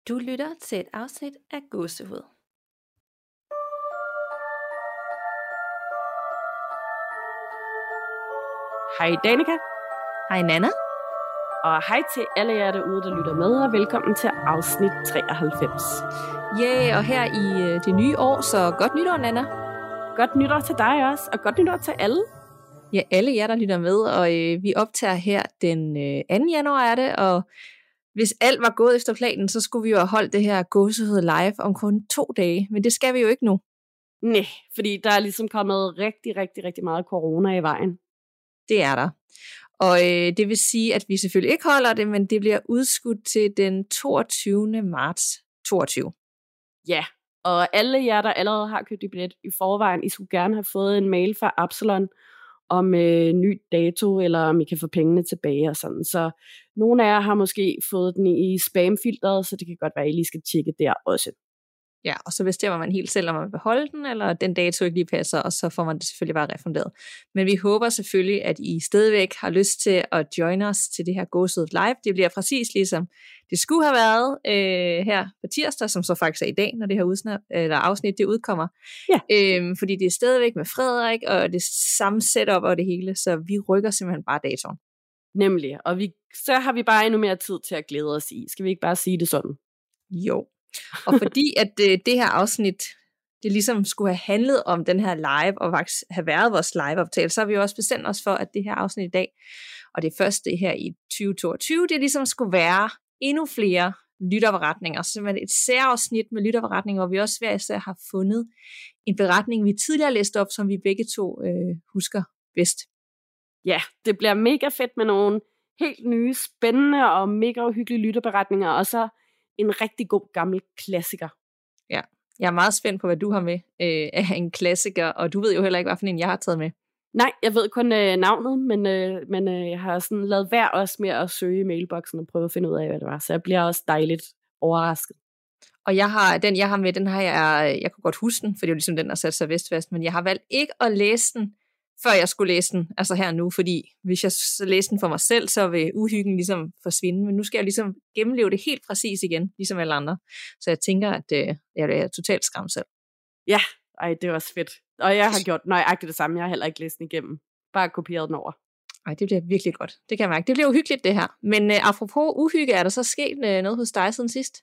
Du lytter til et afsnit af Gåsehud. Hej Danika. Hej Nana. Og hej til alle jer derude, der lytter med, og velkommen til afsnit 93. Ja, og her i det nye år, så godt nytår, Nana. Godt nytår til dig også, og godt nytår til alle. Ja, alle jer, der lytter med, og vi optager her den 2. januar er det, og hvis alt var gået efter planen, så skulle vi jo have holdt det her Gåsehud live om kun 2 dage, men det skal vi jo ikke nu. Nej, fordi der er ligesom kommet rigtig meget corona i vejen. Det er der. Og det vil sige, at vi selvfølgelig ikke holder det, men det bliver udskudt til den 22. marts 22. Ja, og alle jer, der allerede har købt et billet i forvejen, I skulle gerne have fået en mail fra Absalon om ny dato, eller om I kan få pengene tilbage og sådan. Så nogle af jer har måske fået den i spamfilteret, så det kan godt være, at I lige skal tjekke der også. Ja, og så bestemmer man helt selv, om man vil holde den, eller den dato ikke lige passer, og så får man det selvfølgelig bare refunderet. Men vi håber selvfølgelig, at I stadigvæk har lyst til at join os til det her Gåsehud live. Det bliver præcis ligesom det skulle have været her på tirsdag, som så faktisk er i dag, når det her afsnit det udkommer. Ja. Fordi det er stadigvæk med Frederik, og det samme setup og det hele, så vi rykker simpelthen bare datoen. Nemlig, og så har vi bare endnu mere tid til at glæde os i. Skal vi ikke bare sige det sådan? Jo. Og fordi at det her afsnit, det ligesom skulle have handlet om den her live, og faktisk have været vores live-optagelse, så har vi jo også bestemt os for, at det her afsnit i dag, og det første her i 2022, det ligesom skulle være endnu flere lytterberetninger. Så simpelthen et særafsnit med lytterberetninger, hvor vi også hver især har fundet en beretning, vi tidligere læste op, som vi begge to husker bedst. Ja, det bliver mega fedt med nogle helt nye, spændende og mega uhyggelige lytterberetninger, og så en rigtig god gammel klassiker. Ja, jeg er meget spændt på, hvad du har med af en klassiker, og du ved jo heller ikke, hvad for en jeg har taget med. Nej, jeg ved kun navnet, men jeg har sådan lavet værd også med at søge i mailboksen og prøve at finde ud af, hvad det var, så jeg bliver også dejligt overrasket. Og den jeg har med, den har jeg kunne godt huske den, for det er jo ligesom den, der satte sig vestfast, men jeg har valgt ikke at læse den, før jeg skulle læse den, altså her nu, fordi hvis jeg læser den for mig selv, så vil uhyggen ligesom forsvinde, men nu skal jeg ligesom gennemleve det helt præcis igen, ligesom alle andre. Så jeg tænker, at jeg er totalt skræmt selv. Ja, det var også fedt. Og jeg har gjort nøjagtigt det samme, jeg har heller ikke læst den igennem. Bare kopieret den over. Ej, det bliver virkelig godt. Det kan jeg mærke. Det bliver uhyggeligt, det her. Men apropos uhygge, er der så sket noget hos dig siden sidst?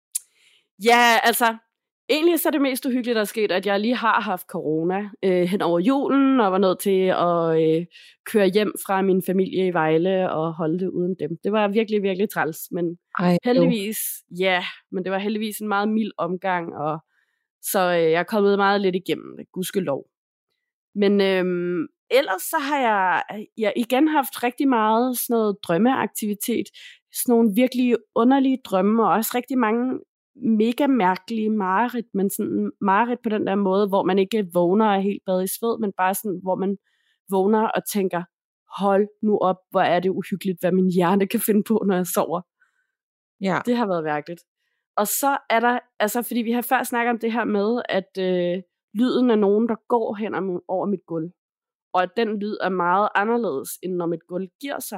Ja, altså, egentlig så er det mest uhyggeligt, der er sket, at jeg lige har haft corona hen over julen, og var nødt til at køre hjem fra min familie i Vejle og holde det uden dem. Det var virkelig træls, men heldigvis, men det var heldigvis en meget mild omgang, og så jeg er kommet meget lidt igennem det, gudskelov. Men ellers så har jeg igen haft rigtig meget sådan noget drømmeaktivitet, sådan nogle virkelig underlige drømme, og også rigtig mange mega mærkelige mareridt, men sådan mareridt på den der måde, hvor man ikke vågner og er helt badet i sved, men bare sådan, hvor man vågner og tænker, hold nu op, hvor er det uhyggeligt, hvad min hjerne kan finde på, når jeg sover. Ja. Det har været virkelig. Og så er der, altså fordi vi har før snakket om det her med, at lyden af nogen, der går hen over mit gulv, og at den lyd er meget anderledes, end når mit gulv giver sig.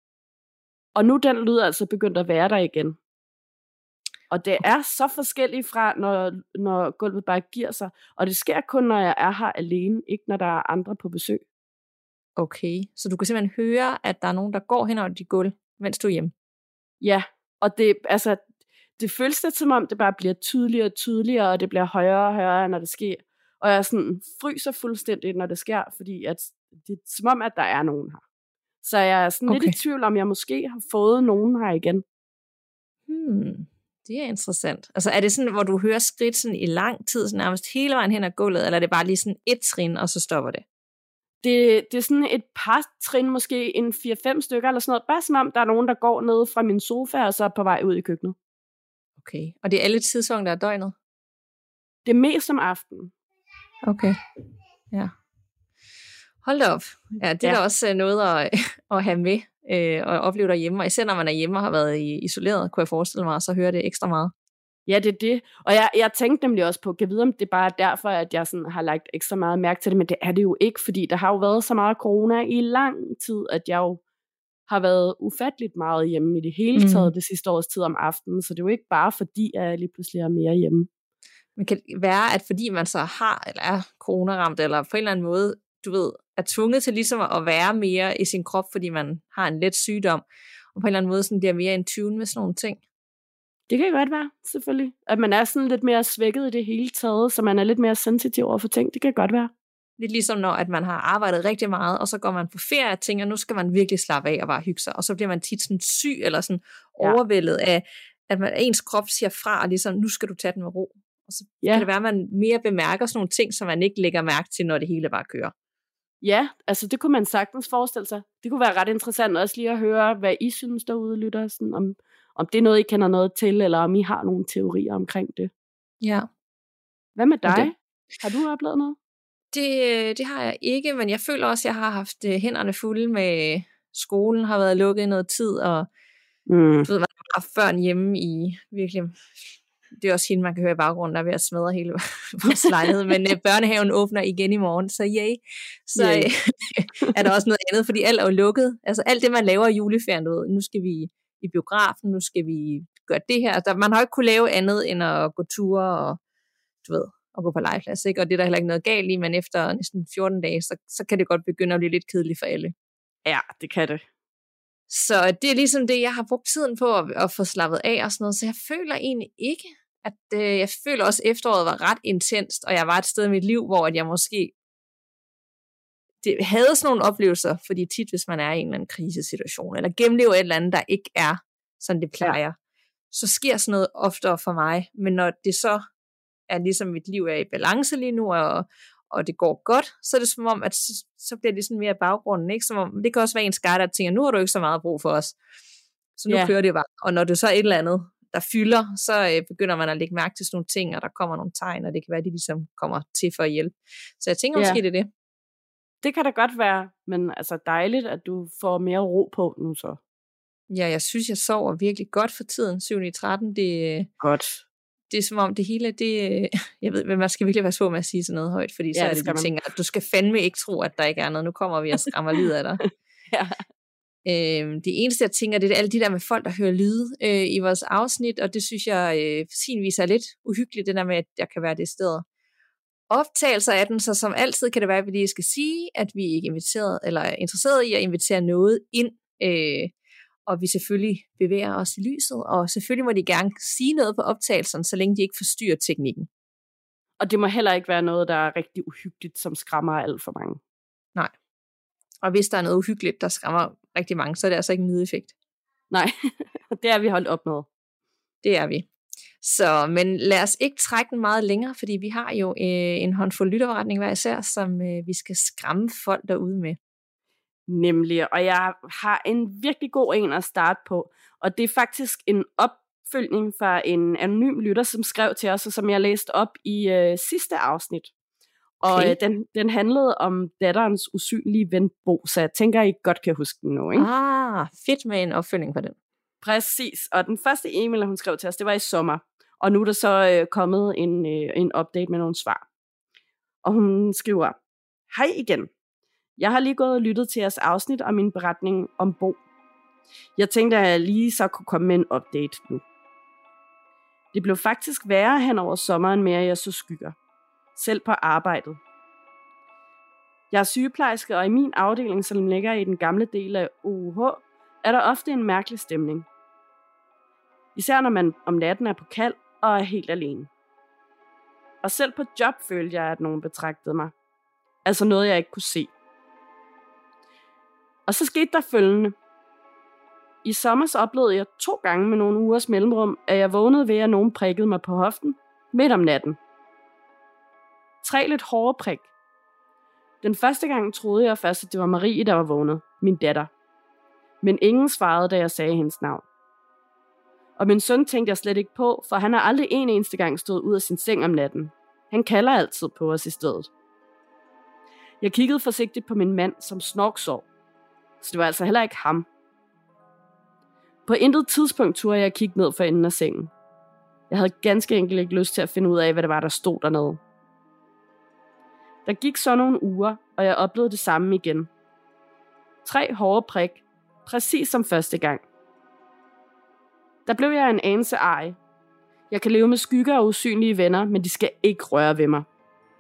Og nu den lyd altså begyndt at være der igen. Og det er så forskelligt fra, når gulvet bare giver sig. Og det sker kun, når jeg er her alene, ikke når der er andre på besøg. Okay, så du kan simpelthen høre, at der er nogen, der går hen over dit gulv, mens du er hjemme? Ja, og det føles lidt som om, det bare bliver tydeligere og tydeligere, og det bliver højere og højere, når det sker. Og jeg sådan fryser fuldstændig, når det sker, fordi at det er som om, at der er nogen her. Så jeg er sådan lidt i tvivl, om jeg måske har fået nogen her igen. Det er interessant. Altså er det sådan, hvor du hører skridt sådan i lang tid, sådan nærmest hele vejen hen ad gulvet, eller er det bare lige sådan et trin, og så stopper det? Det er sådan et par trin, måske en 4-5 stykker, eller sådan noget. Bare som om, der er nogen, der går ned fra min sofa, og så er på vej ud i køkkenet. Okay, og det er alle tidspunkter af døgnet? Det er mest om aftenen. Okay, ja. Hold da op. Ja, det er da også noget at have med og opleve derhjemme. Og især når man er hjemme og har været isoleret, kunne jeg forestille mig, så hører det ekstra meget. Ja, det er det. Og jeg tænkte nemlig også på, kan jeg vide, om det bare er derfor, at jeg sådan har lagt ekstra meget mærke til det, men det er det jo ikke, fordi der har jo været så meget corona i lang tid, at jeg jo har været ufatteligt meget hjemme i det hele taget det sidste års tid om aftenen, så det er jo ikke bare fordi, at jeg lige pludselig er mere hjemme. Men kan det være, at fordi man så har, eller er coronaramt, eller på en eller anden måde, du ved, er tvunget til ligesom at være mere i sin krop, fordi man har en let sygdom, og på en eller anden måde sådan bliver mere in tune med sådan nogle ting? Det kan godt være, selvfølgelig. At man er sådan lidt mere svækket i det hele taget, så man er lidt mere sensitiv over for ting. Det kan godt være. Lidt ligesom når at man har arbejdet rigtig meget, og så går man på ferie og tænker, nu skal man virkelig slappe af og bare hygge sig, og så bliver man tit sådan syg, eller sådan overvældet af, at ens krop siger fra, og ligesom, nu skal du tage den med ro. Og så kan det være, at man mere bemærker sådan nogle ting, som man ikke lægger mærke til, når det hele bare kører. Ja, altså det kunne man sagtens forestille sig. Det kunne være ret interessant også lige at høre, hvad I synes derude, lytter, sådan om det er noget, I kender noget til, eller om I har nogle teorier omkring det. Ja. Hvad med dig? Har du oplevet noget? Det har jeg ikke, men jeg føler også, at jeg har haft hænderne fulde med skolen, har været lukket i noget tid, og du ved, man har haft børn hjemme i virkelig... Det er også hende, man kan høre i baggrunden, der er ved at smadre hele vores lejlighed, men børnehaven åbner igen i morgen, så yay. Så er der også noget andet, fordi alt er jo lukket. Altså alt det, man laver i juleferien, du ved, nu skal vi i biografen, nu skal vi gøre det her. Altså, man har jo ikke kunne lave andet, end at gå ture og, du ved, at gå på legeplads, ikke? Og det er der heller ikke noget galt i, men efter næsten 14 dage, så kan det godt begynde at blive lidt kedeligt for alle. Ja, det kan det. Så det er ligesom det, jeg har brugt tiden på at få slappet af og sådan noget, så jeg føler egentlig ikke, at jeg føler også, at efteråret var ret intenst, og jeg var et sted i mit liv, hvor at jeg måske havde sådan nogle oplevelser, fordi tit, hvis man er i en eller anden krisesituation, eller gennemlever et eller andet, der ikke er, sådan det plejer, så sker sådan noget oftere for mig, men når det så er ligesom mit liv er i balance lige nu, og det går godt, så er det som om, at så bliver det sådan mere i baggrunden, ikke? Som om, det kan også være en skar, der tænker, nu har du ikke så meget brug for os, så nu kører det bare, og når det så er et eller andet, der fylder, så begynder man at lægge mærke til sådan nogle ting, og der kommer nogle tegn, og det kan være, at de ligesom kommer til for at hjælpe. Så jeg tænker måske, det er det. Det kan da godt være, men altså dejligt, at du får mere ro på nu så. Ja, jeg synes, jeg sover virkelig godt for tiden, 7-13, det godt. Det er som om det hele, jeg ved, men man skal virkelig være svår med at sige sådan noget højt, fordi så er det, de tænker, at du skal fandme ikke tro, at der ikke er noget, nu kommer vi og skræmmer livet af dig. Det eneste, jeg tænker, det er alle de der med folk, der hører lyde i vores afsnit, og det synes jeg sinvis er lidt uhyggeligt, det der med, at jeg kan være det sted. Optagelser af den, så som altid kan det være, at vi lige skal sige, at vi ikke er inviteret, eller er interesseret i at invitere noget ind, og vi selvfølgelig bevæger os i lyset, og selvfølgelig må de gerne sige noget på optagelsen, så længe de ikke forstyrrer teknikken. Og det må heller ikke være noget, der er rigtig uhyggeligt, som skræmmer alt for mange. Nej. Og hvis der er noget uhyggeligt, der skræmmer rigtig mange, så er det altså ikke en lydeffekt. Nej, det er vi holdt op med. Det er vi. Så, men lad os ikke trække den meget længere, fordi vi har jo en håndfuld lytterberetning hver især, som vi skal skræmme folk derude med. Nemlig, og jeg har en virkelig god en at starte på, og det er faktisk en opfølgning fra en anonym lytter, som skrev til os, og som jeg læste op i sidste afsnit. Og den handlede om datterens usynlige ven Bo, så jeg tænker, I godt kan huske den nu, ikke? Fedt med en opfølgning på den. Præcis, og den første e-mail, hun skrev til os, det var i sommer, og nu er der så kommet en update med nogle svar. Og hun skriver, hej igen. Jeg har lige gået og lyttet til jeres afsnit om min beretning om Bo. Jeg tænkte, at jeg lige så kunne komme med en update nu. Det blev faktisk værre hen over sommeren med, at jeg så skygger. Selv på arbejdet. Jeg er sygeplejerske, og i min afdeling, som ligger i den gamle del af OUH, er der ofte en mærkelig stemning. Især når man om natten er på kald og er helt alene. Og selv på job følte jeg, at nogen betragtede mig. Altså noget, jeg ikke kunne se. Og så skete der følgende. I sommer oplevede jeg 2 gange med nogle ugers mellemrum, at jeg vågnede ved, at nogen prikkede mig på hoften midt om natten. 3 lidt hårde prik. Den første gang troede jeg først, at det var Marie, der var vågnet, min datter. Men ingen svarede, da jeg sagde hendes navn. Og min søn tænkte jeg slet ikke på, for han har aldrig en eneste gang stået ud af sin seng om natten. Han kalder altid på os i stedet. Jeg kiggede forsigtigt på min mand, som snorksov. Så det var altså heller ikke ham. På intet tidspunkt turde jeg kigge ned for enden af sengen. Jeg havde ganske enkelt ikke lyst til at finde ud af, hvad det var, der stod dernede. Der gik så nogle uger, og jeg oplevede det samme igen. 3 hårde Præcis som første gang. Der blev jeg en anelse arg. Jeg kan leve med skygger og usynlige venner, men de skal ikke røre ved mig.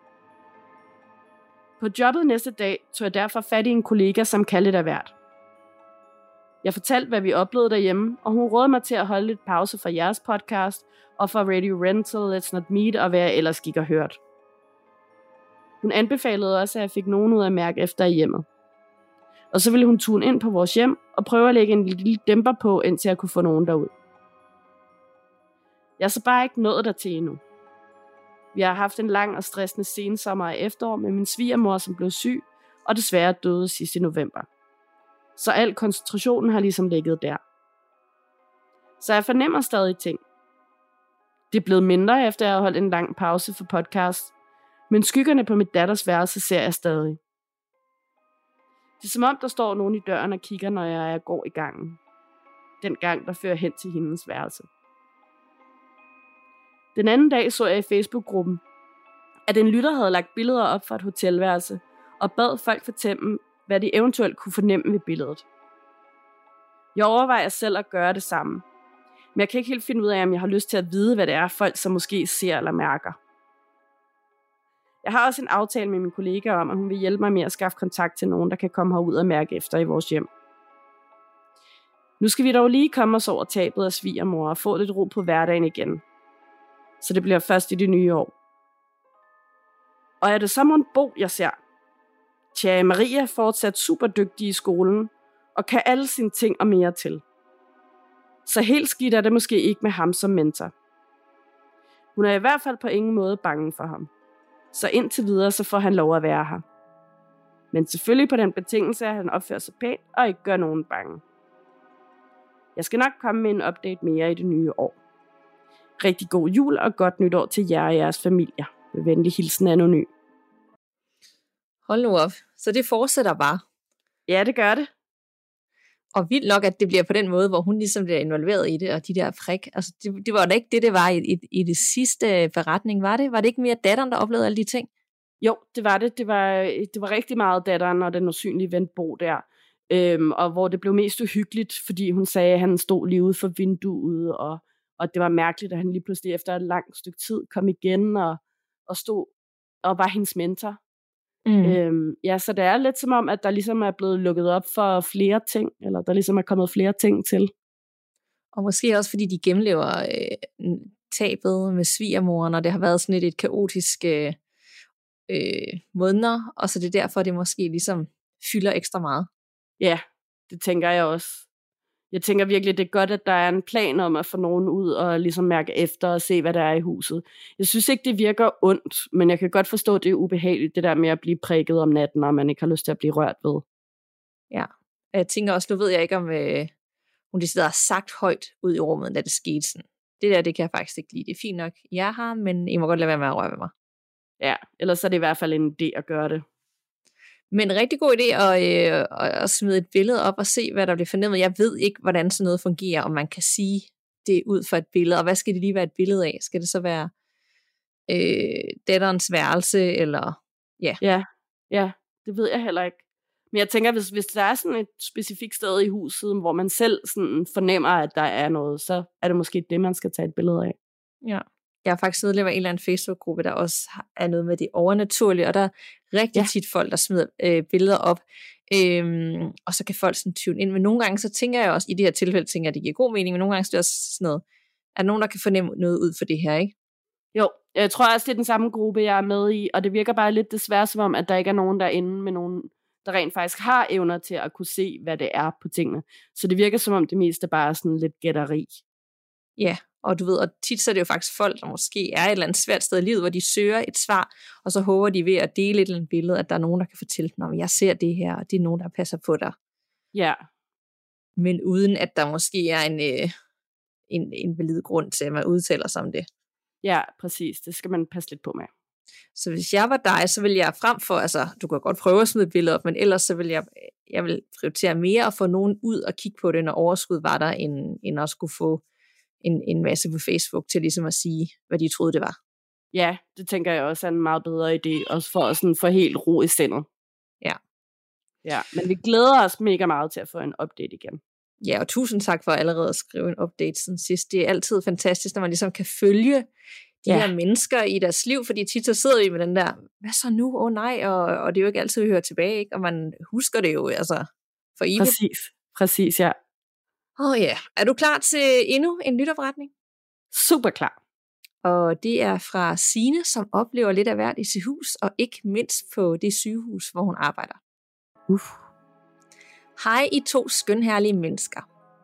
På jobbet næste dag tog jeg derfor fat i en kollega, som kaldte det vært. Jeg fortalte, hvad vi oplevede derhjemme, og hun rådede mig til at holde lidt pause fra jeres podcast og fra Radio Rental, Let's Not Meet og hvad jeg ellers gik og hørt. Hun anbefalede også, at jeg fik nogen ud af mærke efter i hjemmet. Og så ville hun tune ind på vores hjem og prøve at lægge en lille dæmper på, indtil jeg kunne få nogen derud. Jeg er så bare ikke nået dertil endnu. Vi har haft en lang og stressende sensommer og efterår med min svigermor, som blev syg, og desværre døde sidst i november. Så al koncentrationen har ligesom ligget der. Så jeg fornemmer stadig ting. Det er blevet mindre, efter jeg har holdt en lang pause for podcast, men skyggerne på mit datters værelse ser jeg stadig. Det er som om, der står nogen i døren og kigger, når jeg går i gangen. Den gang, der fører hen til hendes værelse. Den anden dag så jeg i Facebook-gruppen, at en lytter havde lagt billeder op fra et hotelværelse og bad folk fortælle, hvad de eventuelt kunne fornemme ved billedet. Jeg overvejer selv at gøre det samme, men jeg kan ikke helt finde ud af, om jeg har lyst til at vide, hvad det er, folk så måske ser eller mærker. Jeg har også en aftale med min kollega om, at hun vil hjælpe mig med at skaffe kontakt til nogen, der kan komme herud og mærke efter i vores hjem. Nu skal vi dog lige komme os over tabet af svigermor og få lidt ro på hverdagen igen. Så det bliver først i det nye år. Og er det så mon Bo, jeg ser? Tja, Maria er fortsat super dygtig i skolen, og kan alle sine ting og mere til. Så helt skidt er det måske ikke med ham som mentor. Hun er i hvert fald på ingen måde bange for ham. Så indtil videre, så får han lov at være her. Men selvfølgelig på den betingelse, at han opfører sig pænt og ikke gør nogen bange. Jeg skal nok komme med en update mere i det nye år. Rigtig god jul og godt nytår til jer og jeres familier. Med venlig hilsen anonym. Hold nu op. Så det fortsætter bare. Ja, det gør det. Og vildt nok, at det bliver på den måde, hvor hun ligesom bliver involveret i det, og de der prik. Altså, det var da ikke det var i det sidste forretning, var det? Var det ikke mere datteren, der oplevede alle de ting? Jo, det var det. Det var rigtig meget datteren og den usynlige ven Bo der. Og hvor det blev mest uhyggeligt, fordi hun sagde, at han stod lige ude for vinduet, og det var mærkeligt, at han lige pludselig efter et langt stykke tid kom igen og stod og var hendes mentor. Ja, så det er lidt som om, at der ligesom er blevet lukket op for flere ting, eller der ligesom er kommet flere ting til. Og måske også fordi de gennemlever tabet med svigermoren, og det har været sådan et kaotisk måneder, og så det er derfor, det måske ligesom fylder ekstra meget. Ja, det tænker jeg også. Jeg tænker virkelig, det er godt, at der er en plan om at få nogen ud og ligesom mærke efter og se, hvad der er i huset. Jeg synes ikke, det virker ondt, men jeg kan godt forstå, at det er ubehageligt, det der med at blive prikket om natten, og man ikke har lyst til at blive rørt ved. Ja, jeg tænker også, nu ved jeg ikke, om hun decideret har sagt højt ud i rummet, da det skete sådan. Det kan jeg faktisk ikke lide. Det er fint nok, jeg har, men I må godt lade være med at røre ved mig. Ja, ellers er det i hvert fald en idé at gøre det. Men en rigtig god idé at smide et billede op og se, hvad der bliver fornemmet. Jeg ved ikke, hvordan sådan noget fungerer, om man kan sige det ud fra et billede. Og hvad skal det lige være et billede af? Skal det så være datterens værelse, eller ja? Ja, det ved jeg heller ikke. Men jeg tænker, hvis der er sådan et specifikt sted i huset, hvor man selv sådan fornemmer, at der er noget, så er det måske det, man skal tage et billede af. Ja. Jeg har faktisk medlem af en eller anden Facebook-gruppe, der også er noget med det overnaturlige, og der er rigtig tit folk, der smider billeder op, og så kan folk sådan tune ind. Men nogle gange, så tænker jeg også, i det her tilfælde, tænker jeg, at det giver god mening, men nogle gange så er det også sådan noget, er der nogen, der kan fornemme noget ud for det her, ikke? Jo, jeg tror også, det er den samme gruppe, jeg er med i, og det virker bare lidt desværre som om, at der ikke er nogen derinde med nogen, der rent faktisk har evner til at kunne se, hvad det er på tingene. Så det virker som om det meste bare er sådan lidt gætteri. Ja, og du ved, og tit så er det jo faktisk folk, der måske er et eller andet svært sted i livet, hvor de søger et svar, og så håber de ved at dele et eller andet billede, at der er nogen, der kan fortælle dem, om jeg ser det her, og det er nogen, der passer på dig. Ja. Men uden at der måske er en valid grund til, at man udtaler sig om det. Ja, præcis. Det skal man passe lidt på med. Så hvis jeg var dig, så ville jeg frem for, altså du kan godt prøve at smide et billede op, men ellers så vil jeg vil prioritere mere at få nogen ud og kigge på det, når overskud var der, end at skulle få en masse på Facebook til ligesom at sige, hvad de troede det var. Ja, det tænker jeg også er en meget bedre idé, også for at sådan få helt ro i sindet. Ja. Ja, men vi glæder os mega meget til at få en update igen. Ja, og tusind tak for allerede at skrive en update siden sidst. Det er altid fantastisk, når man ligesom kan følge de her mennesker i deres liv, fordi tit så sidder vi med den der, hvad så nu? Nej, og det er jo ikke altid, vi hører tilbage, ikke? Og man husker det jo, altså, for evigt. Præcis, ja. Ja. Er du klar til endnu en lytopretning? Super klar. Og det er fra Signe, som oplever lidt af hvert i sit hus, og ikke mindst på det sygehus, hvor hun arbejder. Hej I 2 skønherlige mennesker.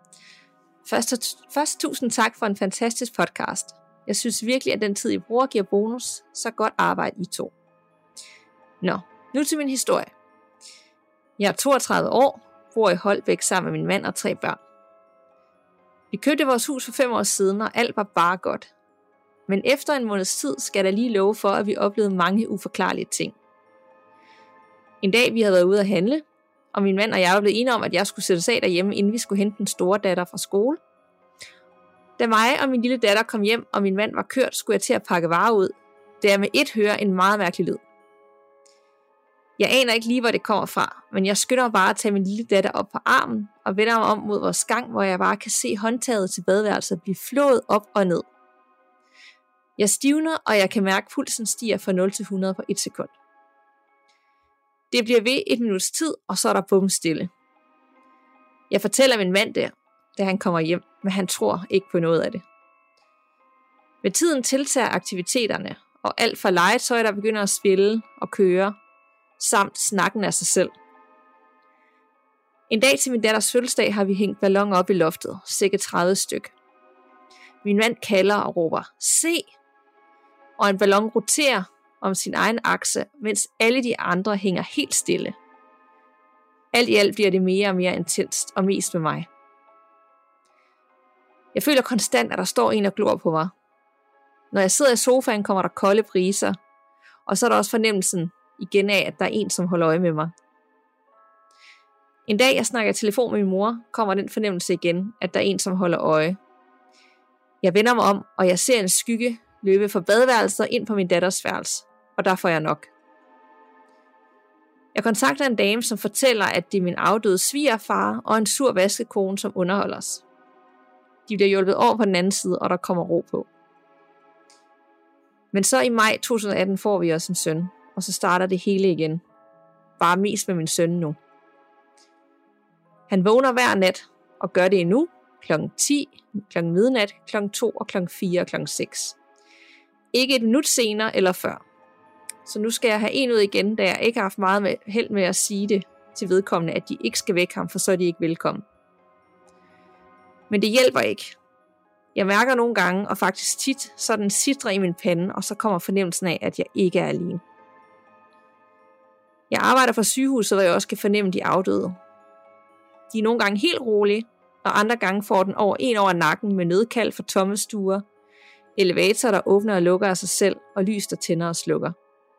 Først tusind tak for en fantastisk podcast. Jeg synes virkelig, at den tid I bruger giver bonus, så godt arbejde I 2. Nå, nu til min historie. Jeg er 32 år, bor i Holbæk sammen med min mand og 3 børn. Vi købte vores hus for 5 år siden, og alt var bare godt. Men efter en måneds tid skal der lige love for, at vi oplevede mange uforklarlige ting. En dag vi havde været ude at handle, og min mand og jeg var blevet enige om, at jeg skulle sætte af derhjemme, inden vi skulle hente den store datter fra skole. Da mig og min lille datter kom hjem, og min mand var kørt, skulle jeg til at pakke varer ud, da jeg med et hører en meget mærkelig lyd. Jeg aner ikke lige, hvor det kommer fra, men jeg skynder bare at tage min lille datter op på armen, og vender mig om mod vores gang, hvor jeg bare kan se håndtaget til badeværelset blive flået op og ned. Jeg stivner, og jeg kan mærke, at pulsen stiger fra 0 til 100 på 1 sekund. Det bliver ved 1 minuts tid, og så er der bumstille. Jeg fortæller min mand det, da han kommer hjem, men han tror ikke på noget af det. Med tiden tiltager aktiviteterne, og alt fra legetøj, der begynder at spille og køre, samt snakken af sig selv. En dag til min datters fødselsdag har vi hængt balloner op i loftet, cirka 30 styk. Min mand kalder og råber, se! Og en ballon roterer om sin egen akse, mens alle de andre hænger helt stille. Alt i alt bliver det mere og mere intenst, og mest med mig. Jeg føler konstant, at der står en og glor på mig. Når jeg sidder i sofaen, kommer der kolde briser, og så er der også fornemmelsen igen af, at der er en, som holder øje med mig. En dag, jeg snakker i telefon med min mor, kommer den fornemmelse igen, at der er en, som holder øje. Jeg vender mig om, og jeg ser en skygge løbe fra badeværelset ind på min datters værelse, og der får jeg nok. Jeg kontakter en dame, som fortæller, at det er min afdøde svigerfar og en sur vaskekone, som underholder os. De bliver hjulpet over på den anden side, og der kommer ro på. Men så i maj 2018 får vi også en søn, og så starter det hele igen. Bare mest med min søn nu. Han vågner hver nat, og gør det endnu, kl. 10, kl. midnat, kl. 2 og kl. 4 og kl. 6. Ikke et minut senere eller før. Så nu skal jeg have en ud igen, da jeg ikke har haft meget held med at sige det til vedkommende, at de ikke skal vække ham, for så er de ikke velkommen. Men det hjælper ikke. Jeg mærker nogle gange, og faktisk tit, så den sidder i min pande, og så kommer fornemmelsen af, at jeg ikke er alene. Jeg arbejder på sygehuset, hvor jeg også kan fornemme de afdøde. De er nogle gange helt rolige, og andre gange får den over nakken med nødkald for tomme stuer, elevator, der åbner og lukker af sig selv, og lys, der tænder og slukker.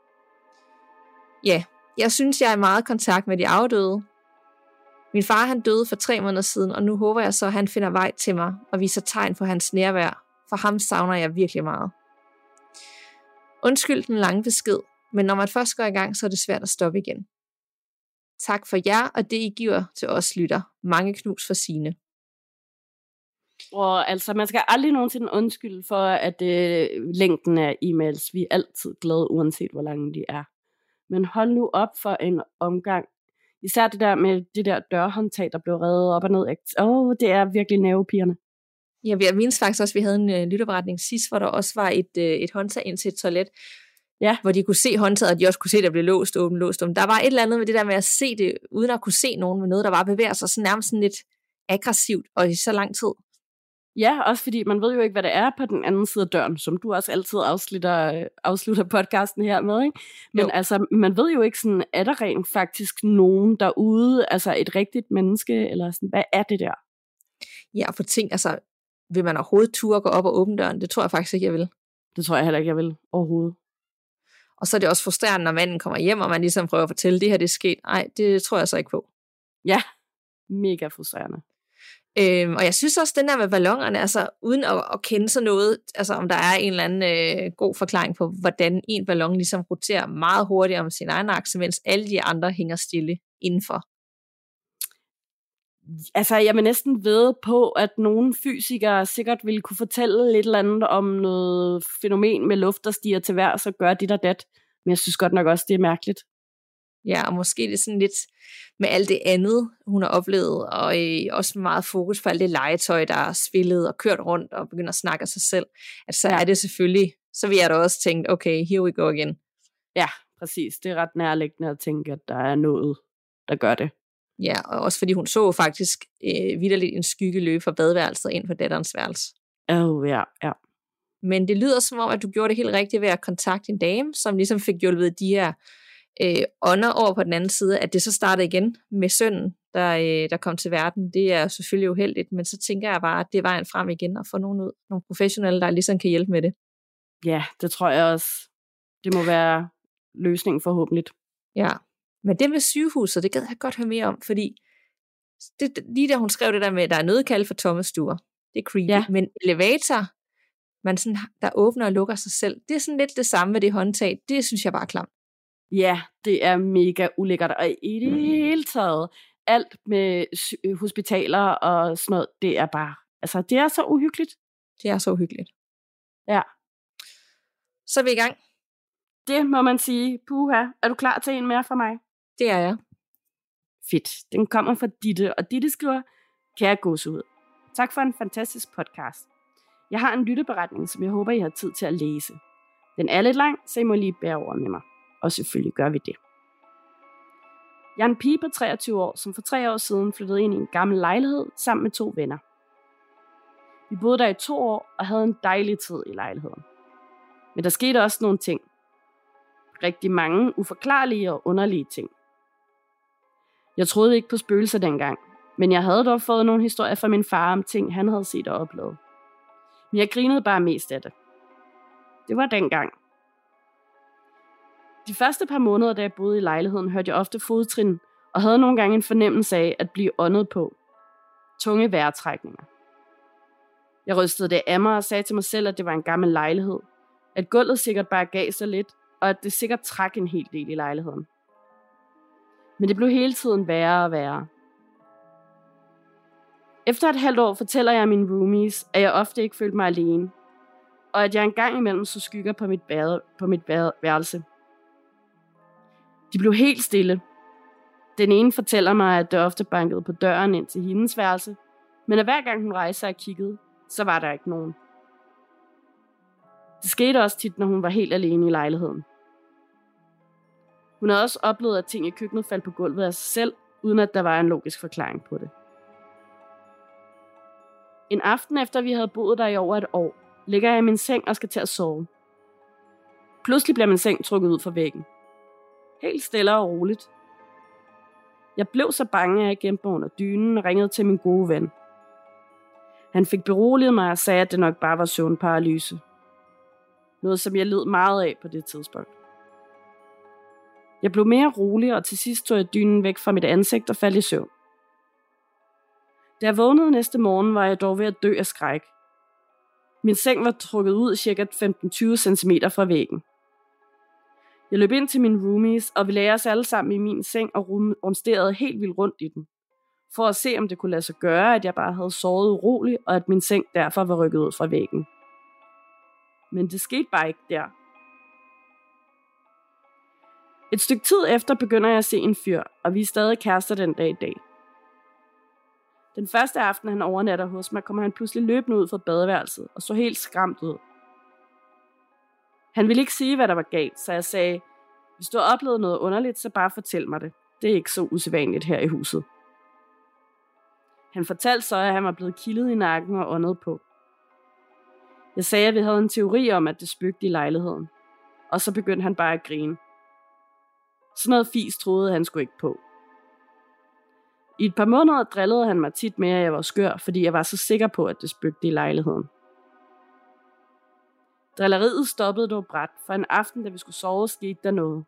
Ja, jeg synes, jeg er i meget kontakt med de afdøde. Min far han døde for 3 måneder siden, og nu håber jeg så, at han finder vej til mig og viser tegn på hans nærvær, for ham savner jeg virkelig meget. Undskyld den lange besked, men når man først går i gang, så er det svært at stoppe igen. Tak for jer, og det I giver til os lytter. Mange knus for Signe. Og altså, man skal aldrig nogensinde undskylde for, at længden af e-mails, vi er altid glade, uanset hvor lange de er. Men hold nu op for en omgang. Især det der med det der dørhåndtag, der blev revet op og ned. Det er virkelig nervepirrende. Ja, jeg mindes faktisk også, at vi havde en lytopretning sidst, hvor der også var et håndtag ind til et toilet. Ja. Hvor de kunne se håndtaget, og de også kunne se, at der blev låst åben. Der var et eller andet med det der med at se det, uden at kunne se nogen med noget, der var bevæger sig så nærmest sådan lidt aggressivt, og i så lang tid. Ja, også fordi man ved jo ikke, hvad det er på den anden side af døren, som du også altid afslutter podcasten her med, ikke? Men jo. Altså, man ved jo ikke sådan, er der rent faktisk nogen derude, altså et rigtigt menneske, eller sådan, hvad er det der? Ja, for ting, altså, vil man overhovedet turde gå op og åbne døren? Det tror jeg faktisk ikke, jeg vil. Det tror jeg heller ikke, jeg vil overhovedet. Og så er det også frustrerende, når manden kommer hjem, og man ligesom prøver at fortælle, det her det er sket. Nej, det tror jeg så ikke på. Ja, mega frustrerende. Og jeg synes også, den der med ballonerne, altså uden at kende sådan noget, altså om der er en eller anden god forklaring på, hvordan en ballon ligesom roterer meget hurtigere om sin egen akse, mens alle de andre hænger stille indenfor. Altså, jeg vil næsten vædde på, at nogle fysikere sikkert ville kunne fortælle lidt eller andet om noget fænomen med luft, der stiger til vejrs og gør dit og dat. Men jeg synes godt nok også, det er mærkeligt. Ja, og måske det er sådan lidt med alt det andet, hun har oplevet, og også meget fokus på alt det legetøj, der er spillet og kørt rundt og begynder at snakke af sig selv, at så er det selvfølgelig, så vil jeg da også tænke, okay, here we go again. Ja, præcis. Det er ret nærliggende at tænke, at der er noget, der gør det. Ja, og også fordi hun så faktisk vitterligt en skygge løbe fra badeværelset ind på datterens værelse. Ja. Men det lyder som om, at du gjorde det helt rigtigt ved at kontakte en dame, som ligesom fik hjulpet de her ånder over på den anden side, at det så startede igen med sønnen, der kom til verden. Det er selvfølgelig uheldigt, men så tænker jeg bare, at det er vejen frem igen at få nogen ud, nogle professionelle, der ligesom kan hjælpe med det. Ja, det tror jeg også. Det må være løsningen forhåbentlig. Ja, men det med sygehuset, det gad jeg godt høre mere om, fordi lige da hun skrev det der med, at der er nødkald for tomme stuer, det er creepy, men elevator, man sådan, der åbner og lukker sig selv, det er sådan lidt det samme med det håndtag, det synes jeg bare er klamt. Ja, det er mega ulækkert, og i det hele taget, alt med hospitaler og sådan noget, det er bare, altså det er så uhyggeligt. Det er så uhyggeligt. Ja. Så er vi i gang. Det må man sige. Puha, er du klar til en mere fra mig? Det er jeg. Fedt. Den kommer fra Ditte, og Ditte skriver, kære gåsehud. Tak for en fantastisk podcast. Jeg har en lytteberetning, som jeg håber, I har tid til at læse. Den er lidt lang, så I må lige bære over med mig. Og selvfølgelig gør vi det. Jeg er en pige på 23 år, som for 3 år siden flyttede ind i en gammel lejlighed sammen med 2 venner. Vi boede der i 2 år og havde en dejlig tid i lejligheden. Men der skete også nogle ting. Rigtig mange uforklarlige og underlige ting. Jeg troede ikke på spøgelser dengang, men jeg havde dog fået nogle historier fra min far om ting, han havde set og oplevet. Men jeg grinede bare mest af det. Det var dengang. De første par måneder, da jeg boede i lejligheden, hørte jeg ofte fodtrin, og havde nogle gange en fornemmelse af at blive åndet på. Tunge vejrtrækninger. Jeg rystede det af mig og sagde til mig selv, at det var en gammel lejlighed. At gulvet sikkert bare gav sig lidt, og at det sikkert trak en hel del i lejligheden. Men det blev hele tiden værre og værre. Efter et halvt år fortæller jeg mine roomies, at jeg ofte ikke følte mig alene, og at jeg engang imellem så skygger på mit værelse. De blev helt stille. Den ene fortæller mig, at det ofte bankede på døren ind til hendes værelse, men at hver gang hun rejste sig og kiggede, så var der ikke nogen. Det skete også tit, når hun var helt alene i lejligheden. Hun havde også oplevet, at ting i køkkenet faldt på gulvet af sig selv, uden at der var en logisk forklaring på det. En aften efter vi havde boet der i over et år, ligger jeg i min seng og skal til at sove. Pludselig bliver min seng trukket ud fra væggen. Helt stille og roligt. Jeg blev så bange, at jeg gemte mig under dynen og ringede til min gode ven. Han fik beroliget mig og sagde, at det nok bare var søvnparalyse. Noget, som jeg led meget af på det tidspunkt. Jeg blev mere rolig, og til sidst tog jeg dynen væk fra mit ansigt og faldt i søvn. Da jeg vågnede næste morgen, var jeg dog ved at dø af skræk. Min seng var trukket ud ca. 15-20 cm fra væggen. Jeg løb ind til mine roomies, og vi lagde os alle sammen i min seng og rumsterede helt vildt rundt i den, for at se, om det kunne lade sig gøre, at jeg bare havde sovet uroligt, og at min seng derfor var rykket ud fra væggen. Men det skete bare ikke der. Et stykke tid efter begynder jeg at se en fyr, og vi er stadig kærester den dag i dag. Den første aften, han overnatter hos mig, kommer han pludselig løbende ud fra badeværelset og så helt skræmt ud. Han ville ikke sige, hvad der var galt, så jeg sagde, hvis du har oplevet noget underligt, så bare fortæl mig det. Det er ikke så usædvanligt her i huset. Han fortalte så, at han var blevet kildet i nakken og åndet på. Jeg sagde, at vi havde en teori om, at det spøgte i lejligheden. Og så begyndte han bare at grine. Sådan noget fis troede han sgu ikke på. I et par måneder drillede han mig tit med, at jeg var skør, fordi jeg var så sikker på, at det spøgte i lejligheden. Drilleriet stoppede dog brat, for en aften, da vi skulle sove, skete der noget.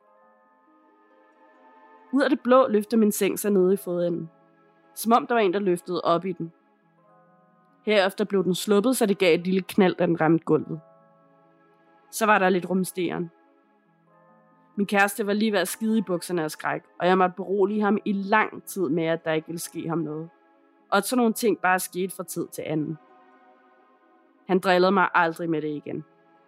Ud af det blå løftede min seng sig nede i fodenden. Som om der var en, der løftede op i den. Herefter blev den sluppet, så det gav et lille knald, da den ramte gulvet. Så var der lidt rumsteren. Min kæreste var lige ved at skide i bukserne af skræk, og jeg måtte berolige ham i lang tid med, at der ikke ville ske ham noget. og at sådan nogle ting bare skete fra tid til anden. Han drillede mig aldrig med det igen.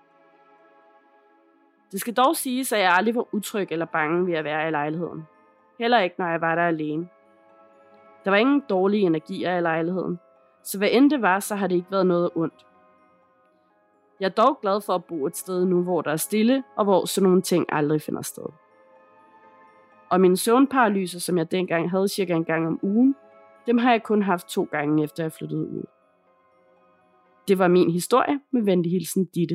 Det skal dog siges, at jeg aldrig var utryg eller bange ved at være i lejligheden. Heller ikke, når jeg var der alene. Der var ingen dårlige energier i lejligheden, så hvad end det var, så har det ikke været noget ondt. Jeg er dog glad for at bo et sted nu, hvor der er stille, og hvor sådan nogle ting aldrig finder sted. Og mine søvnparalyser, som jeg dengang havde cirka en gang om ugen, dem har jeg kun haft 2 gange, efter jeg flyttede ud. Det var min historie med venlig hilsen Ditte.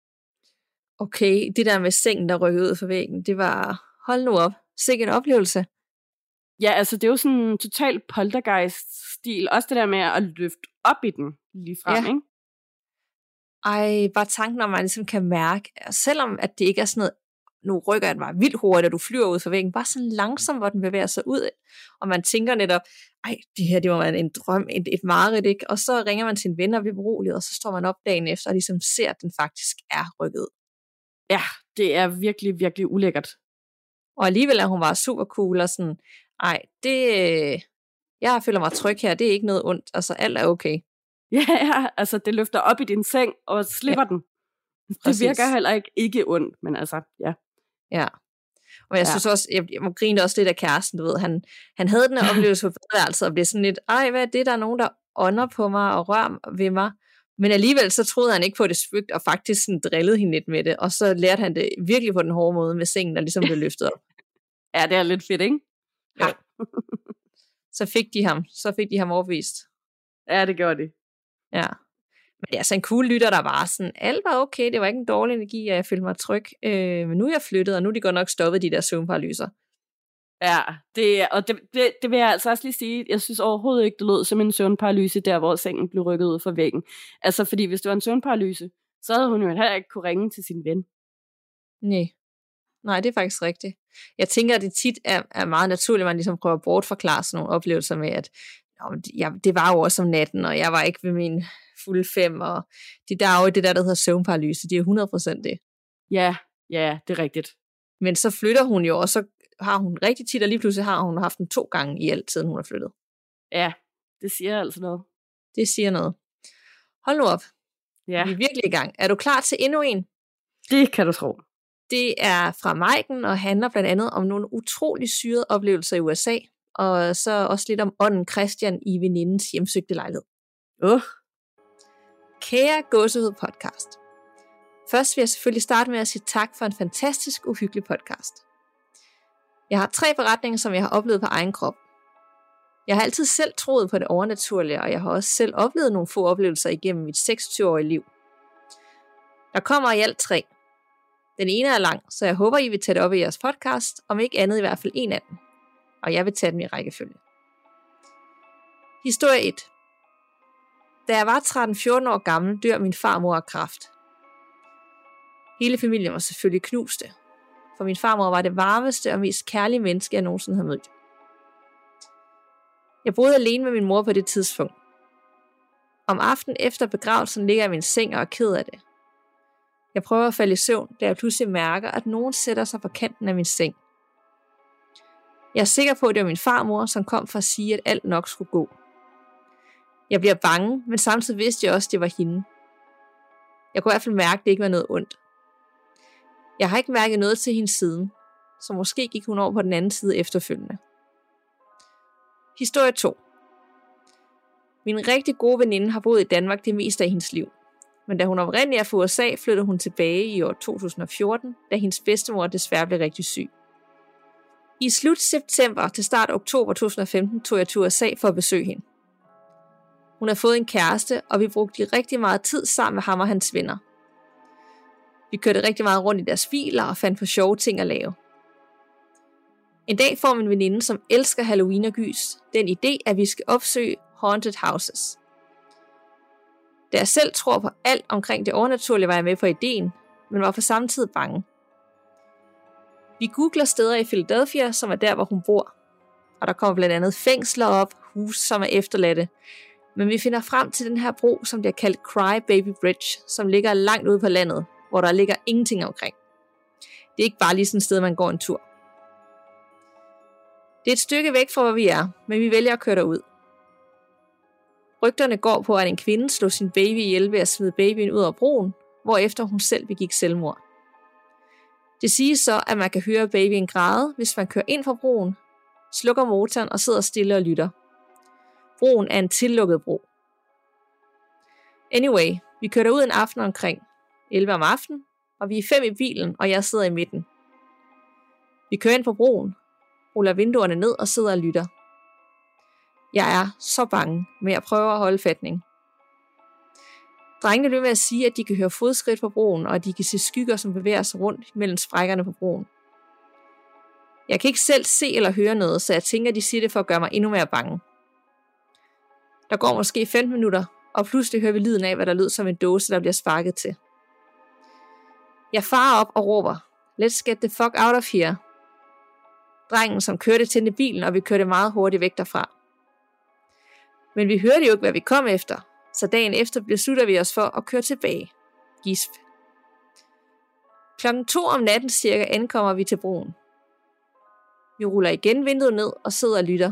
Okay, det der med sengen, der rykkede ud fra væggen, det var, hold nu op, sikke en oplevelse. Ja, altså det er jo sådan en total poltergeist-stil. Også det der med at løfte op i den lige frem, ikke? Ej, bare tanken om, man ligesom kan mærke, selvom at det ikke er sådan noget, nu rykker den bare vildt hurtigt, og du flyver ud fra væggen, bare sådan langsomt, hvor den bevæger sig ud, og man tænker netop, ej, det må være en drøm, et mareridt, ikke? Og så ringer man til en ven og bliver beroliget, og så står man op dagen efter, og ligesom ser, at den faktisk er rykket ud. Ja, det er virkelig, virkelig ulækkert. Og alligevel er hun bare super cool, og sådan, ej, jeg føler mig tryg her, det er ikke noget ondt, altså alt er okay. Ja, altså det løfter op i din seng, og slipper den. Det virker heller ikke ondt, men altså, ja. Ja, og jeg synes også, jeg må grine også lidt af kæresten, du ved, han havde den her oplevelse på badeværelset, og blev sådan lidt, ej, hvad er det, der er nogen, der ånder på mig og rører ved mig, men alligevel så troede han ikke på det spøgt, og faktisk sådan drillede hende lidt med det, og så lærte han det virkelig på den hårde måde med sengen, der ligesom blev løftet op. Ja, det er lidt fedt, ikke? Ja. Så fik de ham overbevist. Ja, det gjorde de. Ja. Men det er altså en cool lytter, der var sådan, alt var okay, det var ikke en dårlig energi, og jeg følte mig tryg. Men nu er jeg flyttet, og nu er de godt nok stoppet de der søvnparalyser. Ja, det vil jeg altså også lige sige. Jeg synes overhovedet ikke, det lød som en søvnparalyse, der hvor sengen blev rykket ud fra væggen. Altså, fordi hvis det var en søvnparalyse, så havde hun jo heller ikke kunne ringe til sin ven. Nej, det er faktisk rigtigt. Jeg tænker, at det tit er meget naturligt, at man ligesom prøver at bortforklare sådan nogle oplevelser med, at det var jo også om natten, og jeg var ikke ved min fulde 5, og der er jo det der hedder søvnparalyse, det er 100% det. Ja, det er rigtigt. Men så flytter hun jo, og så har hun rigtig tit, og lige pludselig har hun haft den 2 gange i alt, siden hun er flyttet. Ja, det siger altså noget. Det siger noget. Hold nu op. Ja. Vi er virkelig i gang. Er du klar til endnu en? Det kan du tro. Det er fra Maiken, og handler blandt andet om nogle utrolig syrede oplevelser i USA, og så også lidt om ånden Christian i venindens hjemsøgte lejlighed. Kære Gåsehud podcast. Først vil jeg selvfølgelig starte med at sige tak for en fantastisk uhyggelig podcast. Jeg har 3 beretninger, som jeg har oplevet på egen krop. Jeg har altid selv troet på det overnaturlige, og jeg har også selv oplevet nogle få oplevelser igennem mit 26-årige liv. Der kommer i alt 3. Den ene er lang, så jeg håber, I vil tage det op i jeres podcast, om ikke andet i hvert fald en af dem. Og jeg vil tage dem i rækkefølge. Historie 1. Da jeg var 13-14 år gammel, dør min farmor af kræft. Hele familien var selvfølgelig knuste, for min farmor var det varmeste og mest kærlige menneske, jeg nogensinde havde mødt. Jeg boede alene med min mor på det tidspunkt. Om aftenen efter begravelsen ligger jeg i min seng og er ked af det. Jeg prøver at falde i søvn, da jeg pludselig mærker, at nogen sætter sig på kanten af min seng. Jeg er sikker på, at det var min farmor, som kom for at sige, at alt nok skulle gå. Jeg bliver bange, men samtidig vidste jeg også, at det var hende. Jeg kunne i hvert fald mærke, at det ikke var noget ondt. Jeg har ikke mærket noget til hende siden, så måske gik hun over på den anden side efterfølgende. Historie 2. Min rigtig gode veninde har boet i Danmark det meste af hendes liv. Men da hun oprindeligt er fra USA, flyttede hun tilbage i år 2014, da hendes bedstemor desværre blev rigtig syg. I slut september til start oktober 2015 tog jeg til USA for at besøge hende. Hun har fået en kæreste, og vi brugte rigtig meget tid sammen med ham og hans venner. Vi kørte rigtig meget rundt i deres biler og fandt på sjove ting at lave. En dag får min veninde, som elsker Halloween og gys, den idé, at vi skal opsøge haunted houses. Da jeg selv tror på alt omkring det overnaturlige, var jeg med på ideen, men var på samme tid bange. Vi googler steder i Philadelphia, som er der, hvor hun bor. Og der kommer blandt andet fængsler op, huse, som er efterladte. Men vi finder frem til den her bro, som bliver kaldt Cry Baby Bridge, som ligger langt ude på landet, hvor der ligger ingenting omkring. Det er ikke bare lige sådan et sted, man går en tur. Det er et stykke væk fra, hvor vi er, men vi vælger at køre derud. Rygterne går på, at en kvinde slog sin baby ihjel ved at smide babyen ud af broen, hvorefter hun selv begik selvmord. Det siges så, at man kan høre babyen græde, hvis man kører ind fra broen, slukker motoren og sidder stille og lytter. Broen er en tillukket bro. Anyway, vi kører ud en aften omkring 11 om aftenen, og vi er 5 i bilen, og jeg sidder i midten. Vi kører ind på broen, ruller vinduerne ned og sidder og lytter. Jeg er så bange, men jeg prøver at holde fatning. Drengene bliver med at sige, at de kan høre fodskridt på broen, og at de kan se skygger, som bevæger sig rundt mellem sprækkerne på broen. Jeg kan ikke selv se eller høre noget, så jeg tænker, at de siger det for at gøre mig endnu mere bange. Der går måske 15 minutter, og pludselig hører vi lyden af, hvad der lød som en dåse, der bliver sparket til. Jeg farer op og råber, "Let's get the fuck out of here." Drengen, som kørte, tændte bilen, og vi kørte meget hurtigt væk derfra. Men vi hørte jo ikke, hvad vi kom efter, så dagen efter beslutter vi os for at køre tilbage. Gisp. 2:00 om natten cirka ankommer vi til broen. Vi ruller igen vinduet ned og sidder og lytter.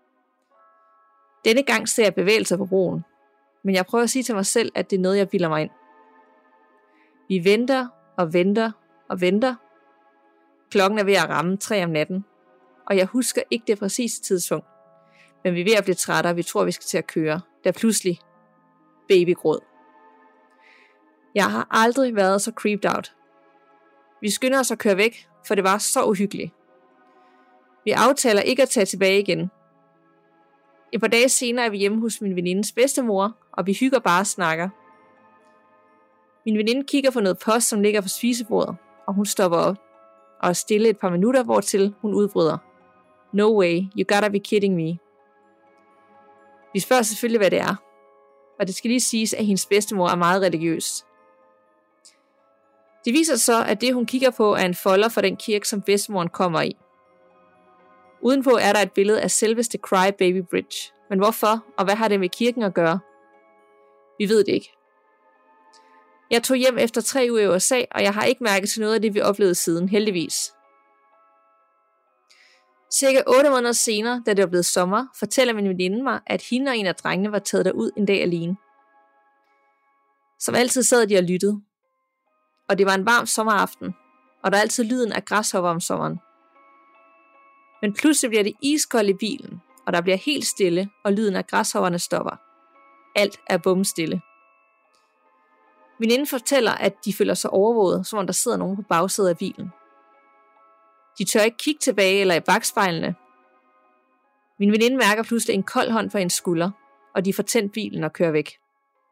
Denne gang ser jeg bevægelser på broen, men jeg prøver at sige til mig selv, at det er noget, jeg bilder mig ind. Vi venter og venter og venter. Klokken er ved at ramme 3 om natten, og jeg husker ikke det præcise tidspunkt, men vi er ved at blive trætte, og vi tror, vi skal til at køre, da pludselig babygråd. Jeg har aldrig været så creeped out. Vi skynder os at køre væk, for det var så uhyggeligt. Vi aftaler ikke at tage tilbage igen. Et par dage senere er vi hjemme hos min venindes bedstemor, og vi hygger bare og snakker. Min veninde kigger på noget post, som ligger på spisebordet, og hun stopper op og er stille et par minutter, hvortil hun udbryder: "No way, you gotta be kidding me." Vi spørger selvfølgelig, hvad det er, og det skal lige siges, at hendes bedstemor er meget religiøs. Det viser så, at det hun kigger på er en folder for den kirke, som bedstemoren kommer i. Udenpå er der et billede af selveste Cry Baby Bridge, men hvorfor, og hvad har det med kirken at gøre? Vi ved det ikke. Jeg tog hjem efter 3 uger i USA, og jeg har ikke mærket til noget af det, vi oplevede siden, heldigvis. Cirka 8 måneder senere, da det var blevet sommer, fortæller min veninde mig, at hende og en af drengene var taget derud en dag alene. Som altid sad de og lyttede. Og det var en varm sommeraften, og der er altid lyden af græshopper om sommeren. Men pludselig bliver det iskoldt i bilen, og der bliver helt stille, og lyden af græshopperne stopper. Alt er bumstille. Veninden fortæller, at de føler sig overvåget, som om der sidder nogen på bagsædet af bilen. De tør ikke kigge tilbage eller i bakspejlene. Min veninde mærker pludselig en kold hånd på hendes skulder, og de får tændt bilen og kører væk.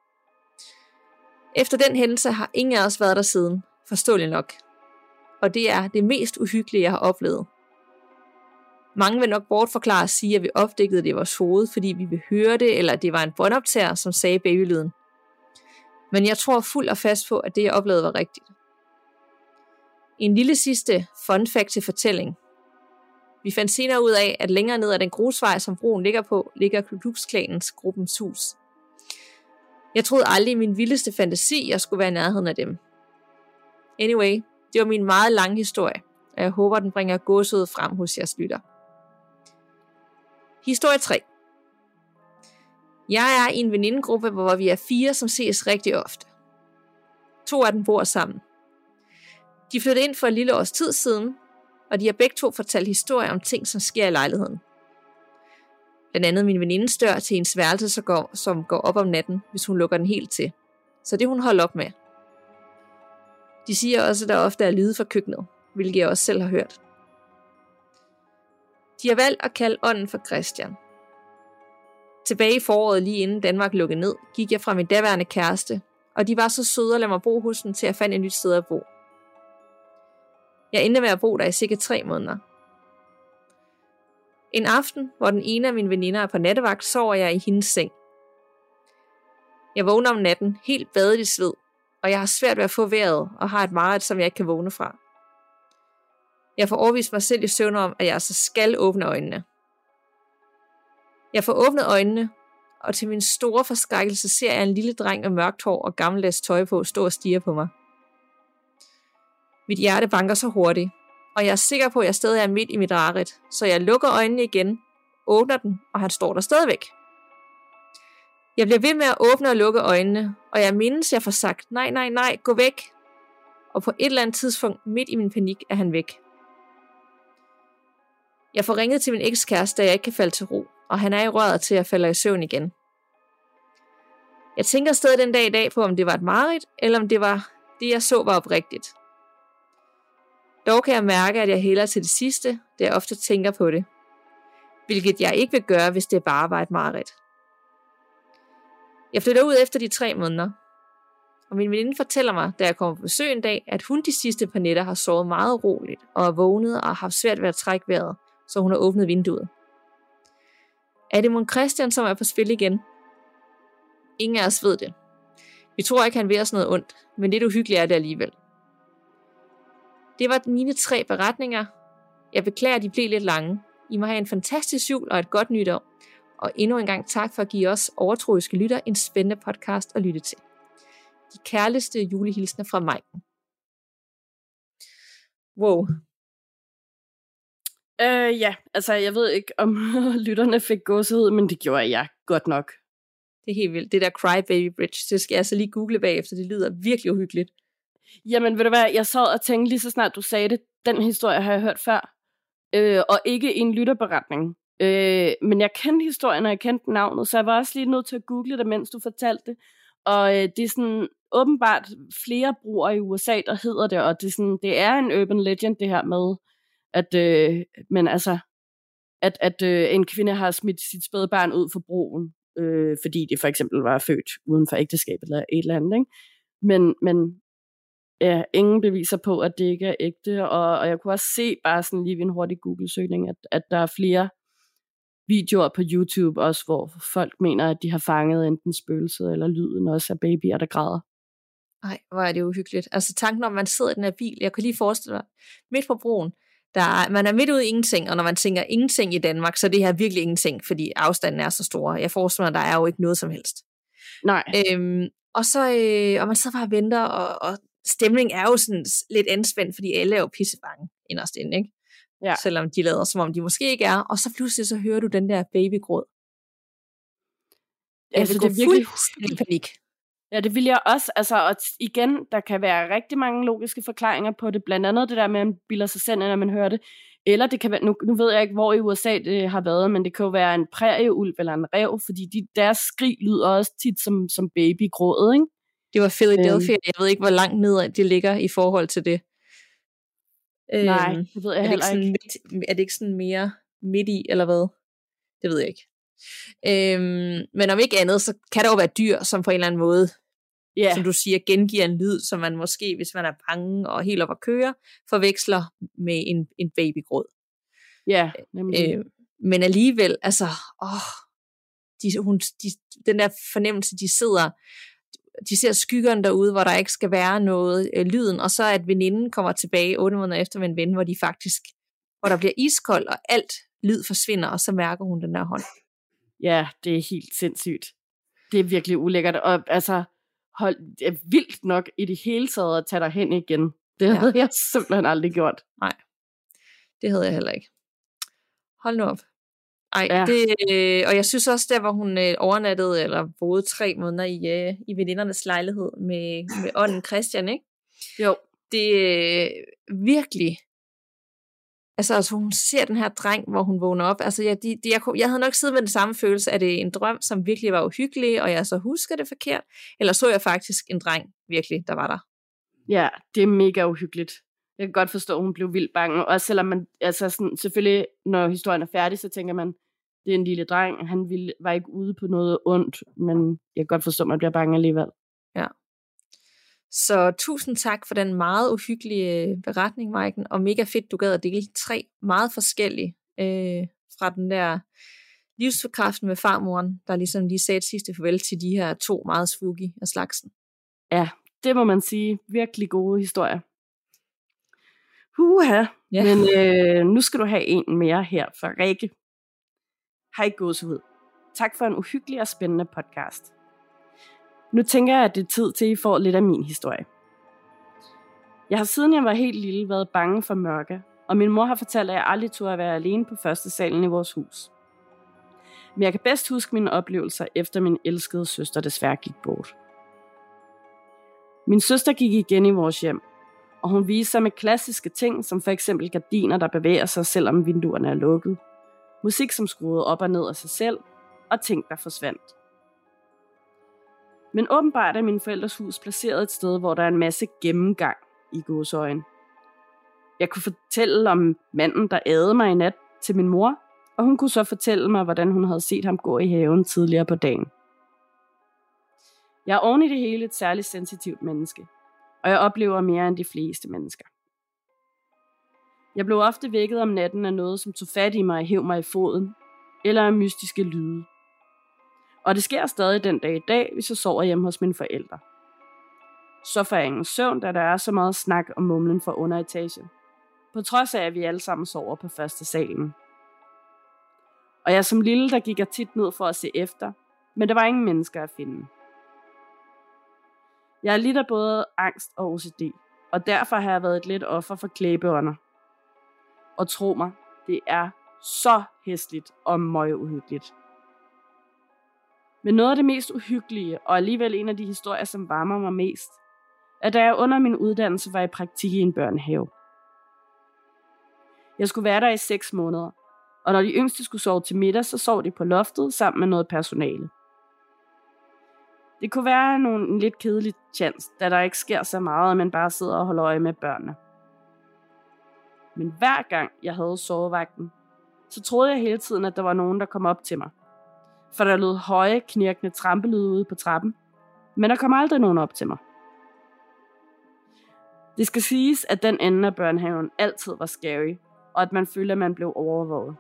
Efter den hændelse har ingen af os været der siden, forståeligt nok. Og det er det mest uhyggelige, jeg har oplevet. Mange vil nok bortforklare og sige, at vi opdækkede det i vores hoved, fordi vi ville høre det, eller det var en båndoptager, som sagde babylyden. Men jeg tror fuldt og fast på, at det jeg oplevede var rigtigt. En lille sidste fun fact til fortælling. Vi fandt senere ud af, at længere ned ad den grusvej, som broen ligger på, ligger Ku Klux Klanens gruppens hus. Jeg troede aldrig i min vildeste fantasi, jeg skulle være i nærheden af dem. Anyway, det var min meget lange historie, og jeg håber, den bringer gåsehud frem hos jeres lytter. Historie 3. Jeg er i en venindegruppe, hvor vi er 4, som ses rigtig ofte. 2 af dem bor sammen. De flyttede ind for et lille års tid siden, og de har begge 2 fortalt historier om ting, som sker i lejligheden. Blandt andet min venindes dør til hendes værelse, som går op om natten, hvis hun lukker den helt til. Så det hun holder op med. De siger også, at der ofte er lyde fra køkkenet, hvilket jeg også selv har hørt. De har valgt at kalde ånden for Christian. Tilbage i foråret, lige inden Danmark lukkede ned, gik jeg fra min daværende kæreste, og de var så søde at lade mig bo hos dem, til jeg fandt et nyt sted at bo. Jeg endte med at bo der i cirka 3 måneder. En aften, hvor den ene af mine veninder er på nattevagt, sover jeg i hendes seng. Jeg vågner om natten, helt badet i sved, og jeg har svært ved at få vejret, og har et mareridt, som jeg ikke kan vågne fra. Jeg får overbevist mig selv i søvn om, at jeg altså skal åbne øjnene. Jeg får åbnet øjnene, og til min store forskrækkelse ser jeg en lille dreng med mørkt hår og gammeldags tøj på stå og stirre på mig. Mit hjerte banker så hurtigt, og jeg er sikker på, at jeg stadig er midt i mit mareridt, så jeg lukker øjnene igen, åbner den, og han står der stadigvæk. Jeg bliver ved med at åbne og lukke øjnene, og jeg mindes, jeg får sagt, nej, nej, nej, gå væk. Og på et eller andet tidspunkt, midt i min panik, er han væk. Jeg får ringet til min ekskæreste, da jeg ikke kan falde til ro, og han er i røret til, at jeg falder i søvn igen. Jeg tænker stadig den dag i dag på, om det var et mareridt, eller om det var det, jeg så var oprigtigt. Dog kan jeg mærke, at jeg hælder til det sidste, da jeg ofte tænker på det. Hvilket jeg ikke vil gøre, hvis det bare var et mareridt. Jeg flytter ud efter de 3 måneder. Og min veninde fortæller mig, da jeg kommer på besøg en dag, at hun de sidste par nætter har sovet meget roligt og er vågnet og har haft svært ved at trække vejret, så hun har åbnet vinduet. Er det mon Christian, som er på spil igen? Ingen af os ved det. Vi tror ikke, han vil os noget ondt, men lidt uhyggeligt er det alligevel. Det var mine 3 beretninger. Jeg beklager, at de blev lidt lange. I må have en fantastisk jul og et godt nytår. Og endnu en gang tak for at give os overtroiske lytter en spændende podcast at lytte til. De kærligste julehilsner fra Maiken. Wow. Ja, altså jeg ved ikke, om lytterne fik gåsehud, men det gjorde jeg godt nok. Det er helt vildt. Det der Cry Baby Bridge, det skal jeg altså lige google bagefter. Det lyder virkelig uhyggeligt. Jamen ved du hvad, jeg sad og tænkte lige så snart du sagde det, den historie har jeg hørt før. Og ikke en lytterberetning. Men jeg kendte historien, og jeg kendte navnet, så jeg var også lige nødt til at google det, mens du fortalte det. Og det er sådan åbenbart flere brugere i USA, der hedder det, og det er, sådan, det er en urban legend, det her med, at en kvinde har smidt sit spædbarn ud for broen, fordi det for eksempel var født uden for ægteskab eller et eller andet, ikke? Men ja, ingen beviser på, at det ikke er ægte, og jeg kunne også se bare sådan lige ved en hurtig Google-søgning, at der er flere videoer på YouTube også, hvor folk mener, at de har fanget enten spøgelset eller lyden også af babyer, der græder. Nej, hvor er det uhyggeligt. Altså tanken om, man sidder i den her bil, jeg kan lige forestille mig, midt på broen, man er midt ude i ingenting, og når man tænker ingenting i Danmark, så er det her virkelig ingenting, fordi afstanden er så stor. Jeg forestiller mig, at der er jo ikke noget som helst. Nej. Og man sidder bare og venter, og stemningen er jo sådan lidt anspændt, fordi alle er jo pissebange inderst inde, ikke? Ja. Selvom de lader, som om de måske ikke er, og så pludselig så hører du den der babygråd. Altså, det er virkelig panik. Ja, det vil jeg også. Altså, og igen, der kan være rigtig mange logiske forklaringer på det. Blandt andet det der med, at man bilder sig selv, når man hører det. Eller det kan være, nu ved jeg ikke, hvor i USA det har været, men det kan jo være en prærieulv eller en ræv, fordi deres skrig lyder også tit som babygrådet, ikke? Det var Philadelphia. Jeg ved ikke, hvor langt ned det ligger i forhold til det. Nej, det ved jeg heller ikke. Er det ikke sådan mere midt i, eller hvad? Det ved jeg ikke. Men om ikke andet, så kan der jo være dyr, som på en eller anden måde, som du siger, gengiver en lyd, som man måske, hvis man er bange og helt op at køre, forveksler med en babygråd. Ja, men alligevel, altså, den der fornemmelse, de ser skyggerne derude, hvor der ikke skal være noget lyden, og så at veninden kommer tilbage 8 måneder efter med en ven, hvor der bliver iskold, og alt lyd forsvinder, og så mærker hun den der hånd. Ja, det er helt sindssygt. Det er virkelig ulækkert, og altså, det er vildt nok i det hele taget at tage dig hen igen. Det havde jeg simpelthen aldrig gjort. Nej, det havde jeg heller ikke. Hold nu op. Og jeg synes også, der hvor hun overnattede, eller boede 3 måneder i venindernes lejlighed med ånden Christian, ikke? Jo. Det virkelig, altså hun ser den her dreng, hvor hun vågner op, altså jeg havde nok siddet med den samme følelse, at det er en drøm, som virkelig var uhyggelig, og jeg så husker det forkert, eller så jeg faktisk en dreng, virkelig, der var der. Ja, det er mega uhyggeligt. Jeg kan godt forstå, at hun blev vildt bange, og selvom man, altså sådan, selvfølgelig, når historien er færdig, så tænker man, det er en lille dreng, han var ikke ude på noget ondt, men jeg kan godt forstå, at man bliver bange alligevel. Ja. Så tusind tak for den meget uhyggelige beretning, Maiken, og mega fedt, du gad at dele 3 meget forskellige fra den der livsforkraften med farmoren, der ligesom lige sagde et sidste farvel til de her 2 meget spooky af slagsen. Ja, det må man sige. Virkelig gode historier. Ja. Men nu skal du have en mere her fra Rikke. Hej gåsehud. Tak for en uhyggelig og spændende podcast. Nu tænker jeg, at det er tid til, at I får lidt af min historie. Jeg har siden jeg var helt lille været bange for mørke, og min mor har fortalt, at jeg aldrig turde at være alene på første salen i vores hus. Men jeg kan bedst huske mine oplevelser, efter min elskede søster desværre gik bort. Min søster gik igen i vores hjem, og hun viste sig med klassiske ting, som for eksempel gardiner, der bevæger sig, selvom vinduerne er lukket, musik, som skruede op og ned af sig selv, og ting, der forsvandt. Men åbenbart er mine forældres hus placeret et sted, hvor der er en masse gennemgang i gåseøjne. Jeg kunne fortælle om manden, der ædede mig i nat til min mor, og hun kunne så fortælle mig, hvordan hun havde set ham gå i haven tidligere på dagen. Jeg er oven i det hele et særligt sensitivt menneske, og jeg oplever mere end de fleste mennesker. Jeg blev ofte vækket om natten af noget, som tog fat i mig og hev mig i foden, eller af mystiske lyde. Og det sker stadig den dag i dag, hvis jeg sover hjemme hos mine forældre. Så får jeg ingen søvn, da der er så meget snak om mumlen fra underetagen. På trods af, at vi alle sammen sover på første salen. Og jeg som lille, der gik jeg tit ned for at se efter, men der var ingen mennesker at finde. Jeg er lidt af både angst og OCD, og derfor har jeg været et lidt offer for klæbeånder. Og tro mig, det er så hæsligt og møguhyggeligt. Men noget af det mest uhyggelige, og alligevel en af de historier, som varmer mig mest, er da jeg under min uddannelse var i praktik i en børnehave. Jeg skulle være der i 6 måneder, og når de yngste skulle sove til middag, så sov de på loftet sammen med noget personale. Det kunne være en lidt kedelig chance, da der ikke sker så meget, at man bare sidder og holder øje med børnene. Men hver gang jeg havde sovevagten, så troede jeg hele tiden, at der var nogen, der kom op til mig. For der lød høje, knirkende trampelyde ude på trappen, men der kom aldrig nogen op til mig. Det skal siges, at den ende af børnehaven altid var scary, og at man følte, at man blev overvåget.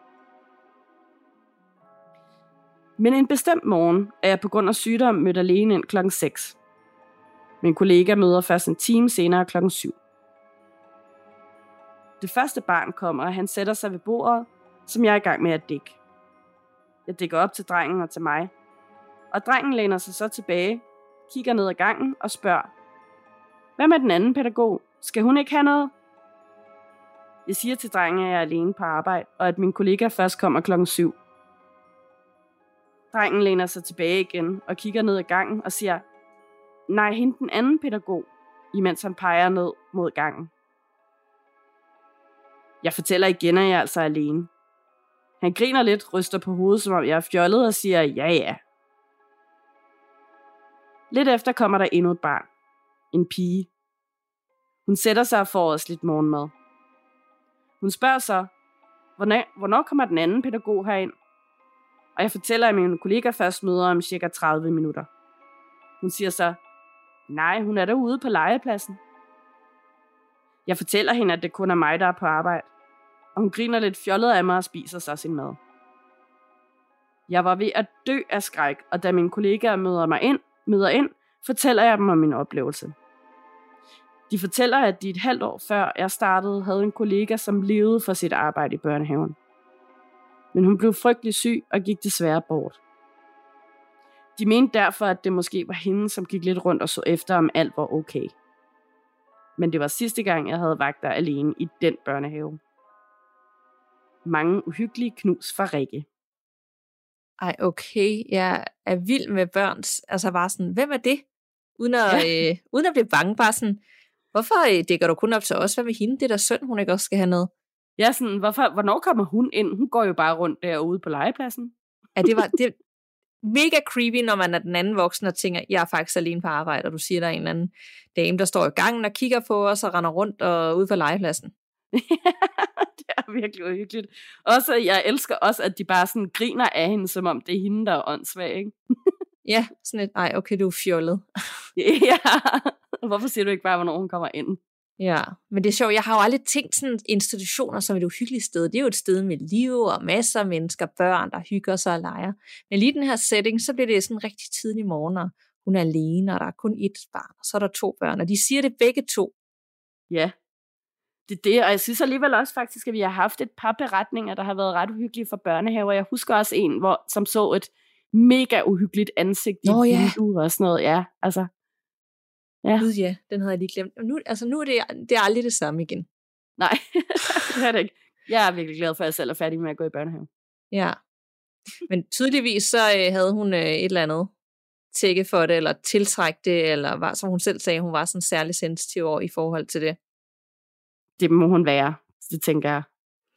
Men en bestemt morgen er jeg på grund af sygdom mødt alene ind klokken 6. Min kollega møder først en time senere klokken 7. Det første barn kommer, og han sætter sig ved bordet, som jeg er i gang med at dække. Jeg dækker op til drengen og til mig, og drengen læner sig så tilbage, kigger ned ad gangen og spørger: "Hvad med den anden pædagog? Skal hun ikke have noget?" Jeg siger til drengen, at jeg er alene på arbejde, og at min kollega først kommer klokken 7. Drengen læner sig tilbage igen og kigger ned ad gangen og siger: "Nej, hende den anden pædagog," imens han peger ned mod gangen. Jeg fortæller igen, at jeg altså er alene. Han griner lidt, ryster på hovedet, som om jeg er fjollet, og siger ja. Lidt efter kommer der endnu et barn. En pige. Hun sætter sig og får os lidt morgenmad. Hun spørger så: "Hvornår kommer den anden pædagog herind?" Og jeg fortæller, at min kollega først møder om cirka 30 minutter. Hun siger så: "Nej, hun er derude på legepladsen." Jeg fortæller hende, at det kun er mig, der er på arbejde. Og hun griner lidt fjollet af mig og spiser så sin mad. Jeg var ved at dø af skræk, og da mine kollegaer møder ind, fortæller jeg dem om min oplevelse. De fortæller, at de et halvt år før jeg startede, havde en kollega, som levede for sit arbejde i børnehaven. Men hun blev frygtelig syg og gik desværre bort. De mente derfor, at det måske var hende, som gik lidt rundt og så efter, om alt var okay. Men det var sidste gang, jeg havde vagter alene i den børnehave. Mange uhyggelige knus fra Rikke. Ej, okay. Jeg er vild med børns. Altså bare sådan, hvem er det? Uden at blive bange, bare sådan, hvorfor dækker du kun op til os? Hvad med hende? Det er da synd, hun ikke også skal have noget. Ja, sådan, hvornår kommer hun ind? Hun går jo bare rundt derude på legepladsen. Ja, det er mega creepy, når man er den anden voksen og tænker, jeg er faktisk alene på arbejde, og du siger, der er en eller anden dame, der står i gangen og kigger på os og render rundt og ude på legepladsen. Det er virkelig uhyggeligt. Også, jeg elsker også, at de bare sådan griner af hende, som om det er hende, der er åndssvag, ikke? Ja, sådan et, ej, okay, du er fjollet. Ja, hvorfor siger du ikke bare, hvornår hun kommer ind? Ja, men det er sjovt, jeg har jo aldrig tænkt sådan institutioner som et uhyggeligt sted. Det er jo et sted med liv og masser af mennesker, børn, der hygger sig og leger. Men lige den her setting, så bliver det sådan rigtig tidlig morgen, og hun er alene, og der er kun ét barn, og så er der 2 børn, og de siger det begge 2. Ja, det er det, og jeg synes alligevel også faktisk, at vi har haft et par beretninger, der har været ret uhyggelige for børnehaver. Jeg husker også en, som så et mega uhyggeligt ansigt i et vindue og sådan noget. Ja, altså. Ja. Gud ja, den havde jeg lige glemt. Nu er det er aldrig det samme igen. Nej, det er det ikke. Jeg er virkelig glad for, at jeg selv er færdig med at gå i børnehave. Ja. Men tydeligvis så havde hun et eller andet tække for det, eller tiltrække det, eller var, som hun selv sagde, hun var sådan særlig sensitiv over i forhold til det. Det må hun være, det tænker jeg.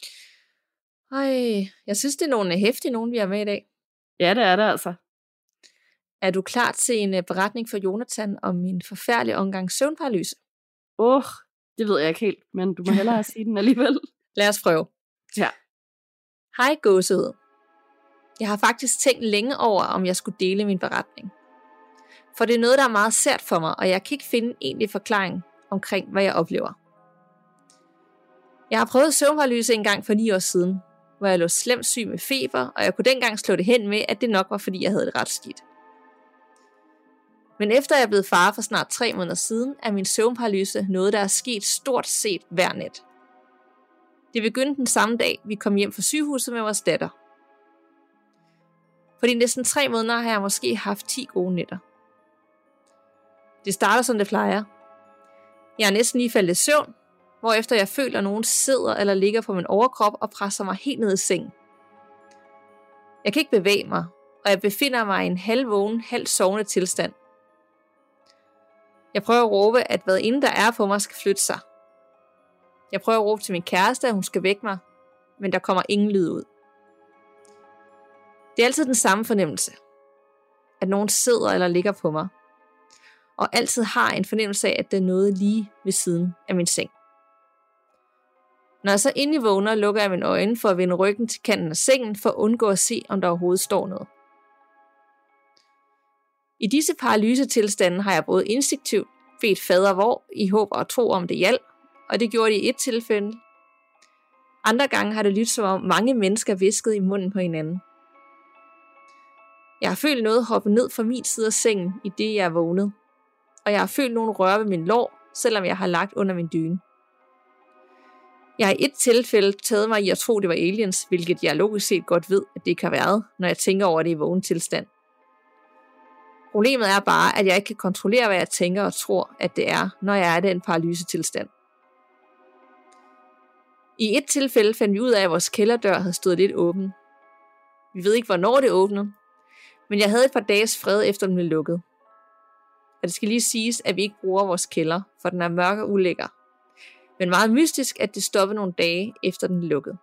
Ej, jeg synes, det er nogle hæftige nogen, vi har med i dag. Ja, det er det altså. Er du klar til en beretning for Jonathan om min forfærdelige omgang søvnparalyse? Det ved jeg ikke helt, men du må hellere sige den alligevel. Lad os prøve. Ja. Hej gåsehud. Jeg har faktisk tænkt længe over, om jeg skulle dele min beretning. For det er noget, der er meget sært for mig, og jeg kan ikke finde en egentlig forklaring omkring, hvad jeg oplever. Jeg har prøvet søvnparalyse en gang for 9 år siden, hvor jeg lå slemt syg med feber, og jeg kunne dengang slå det hen med, at det nok var, fordi jeg havde det ret skidt. Men efter jeg er blevet far for snart 3 måneder siden, er min søvnparalyse noget, der er sket stort set hver nat. Det begyndte den samme dag, vi kom hjem fra sygehuset med vores datter. For de næsten 3 måneder har jeg måske haft 10 gode nætter. Det starter som det plejer. Jeg er næsten lige faldet i søvn, hvorefter jeg føler, at nogen sidder eller ligger på min overkrop og presser mig helt ned i sengen. Jeg kan ikke bevæge mig, og jeg befinder mig i en halvvågen, halvsovende tilstand. Jeg prøver at råbe, at hvad end der er på mig skal flytte sig. Jeg prøver at råbe til min kæreste, at hun skal vække mig, men der kommer ingen lyd ud. Det er altid den samme fornemmelse, at nogen sidder eller ligger på mig, og altid har en fornemmelse af, at der er noget lige ved siden af min seng. Når jeg så endelig vågner, lukker jeg mine øjne for at vende ryggen til kanten af sengen, for at undgå at se, om der overhovedet står noget. I disse paralysetilstande har jeg både instinktivt bedt fader hvor, i håb og tro om det hjalp, og det gjorde det i et tilfælde. Andre gange har det lyttet som om mange mennesker viskede i munden på hinanden. Jeg har følt noget hoppe ned fra min side af sengen, i det jeg er vågnet, og jeg har følt nogen røre ved min lår, selvom jeg har lagt under min dyne. Jeg har i et tilfælde taget mig i at tro, det var aliens, hvilket jeg logisk set godt ved, at det ikke har været, når jeg tænker over det i vågen tilstand. Problemet er bare, at jeg ikke kan kontrollere, hvad jeg tænker og tror, at det er, når jeg er i den paralysetilstand. I et tilfælde fandt vi ud af, at vores kælderdør havde stået lidt åben. Vi ved ikke, hvornår det åbnede, men jeg havde et par dages fred, efter den blev lukket. Og det skal lige siges, at vi ikke bruger vores kælder, for den er mørk og ulækker. Men meget mystisk, at det stoppede nogle dage, efter den lukkede.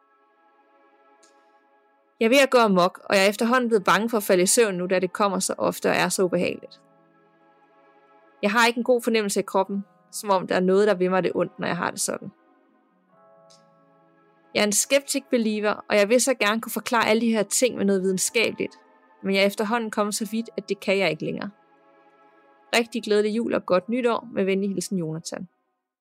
Jeg er ved at gå amok, og jeg er efterhånden blevet bange for at falde i søvn nu, da det kommer så ofte og er så ubehageligt. Jeg har ikke en god fornemmelse i kroppen, som om der er noget, der vil mig det ondt, når jeg har det sådan. Jeg er en skeptic believer, og jeg vil så gerne kunne forklare alle de her ting med noget videnskabeligt, men jeg er efterhånden kommet så vidt, at det kan jeg ikke længere. Rigtig glædelig jul og godt nytår, med venlig hilsen Jonathan.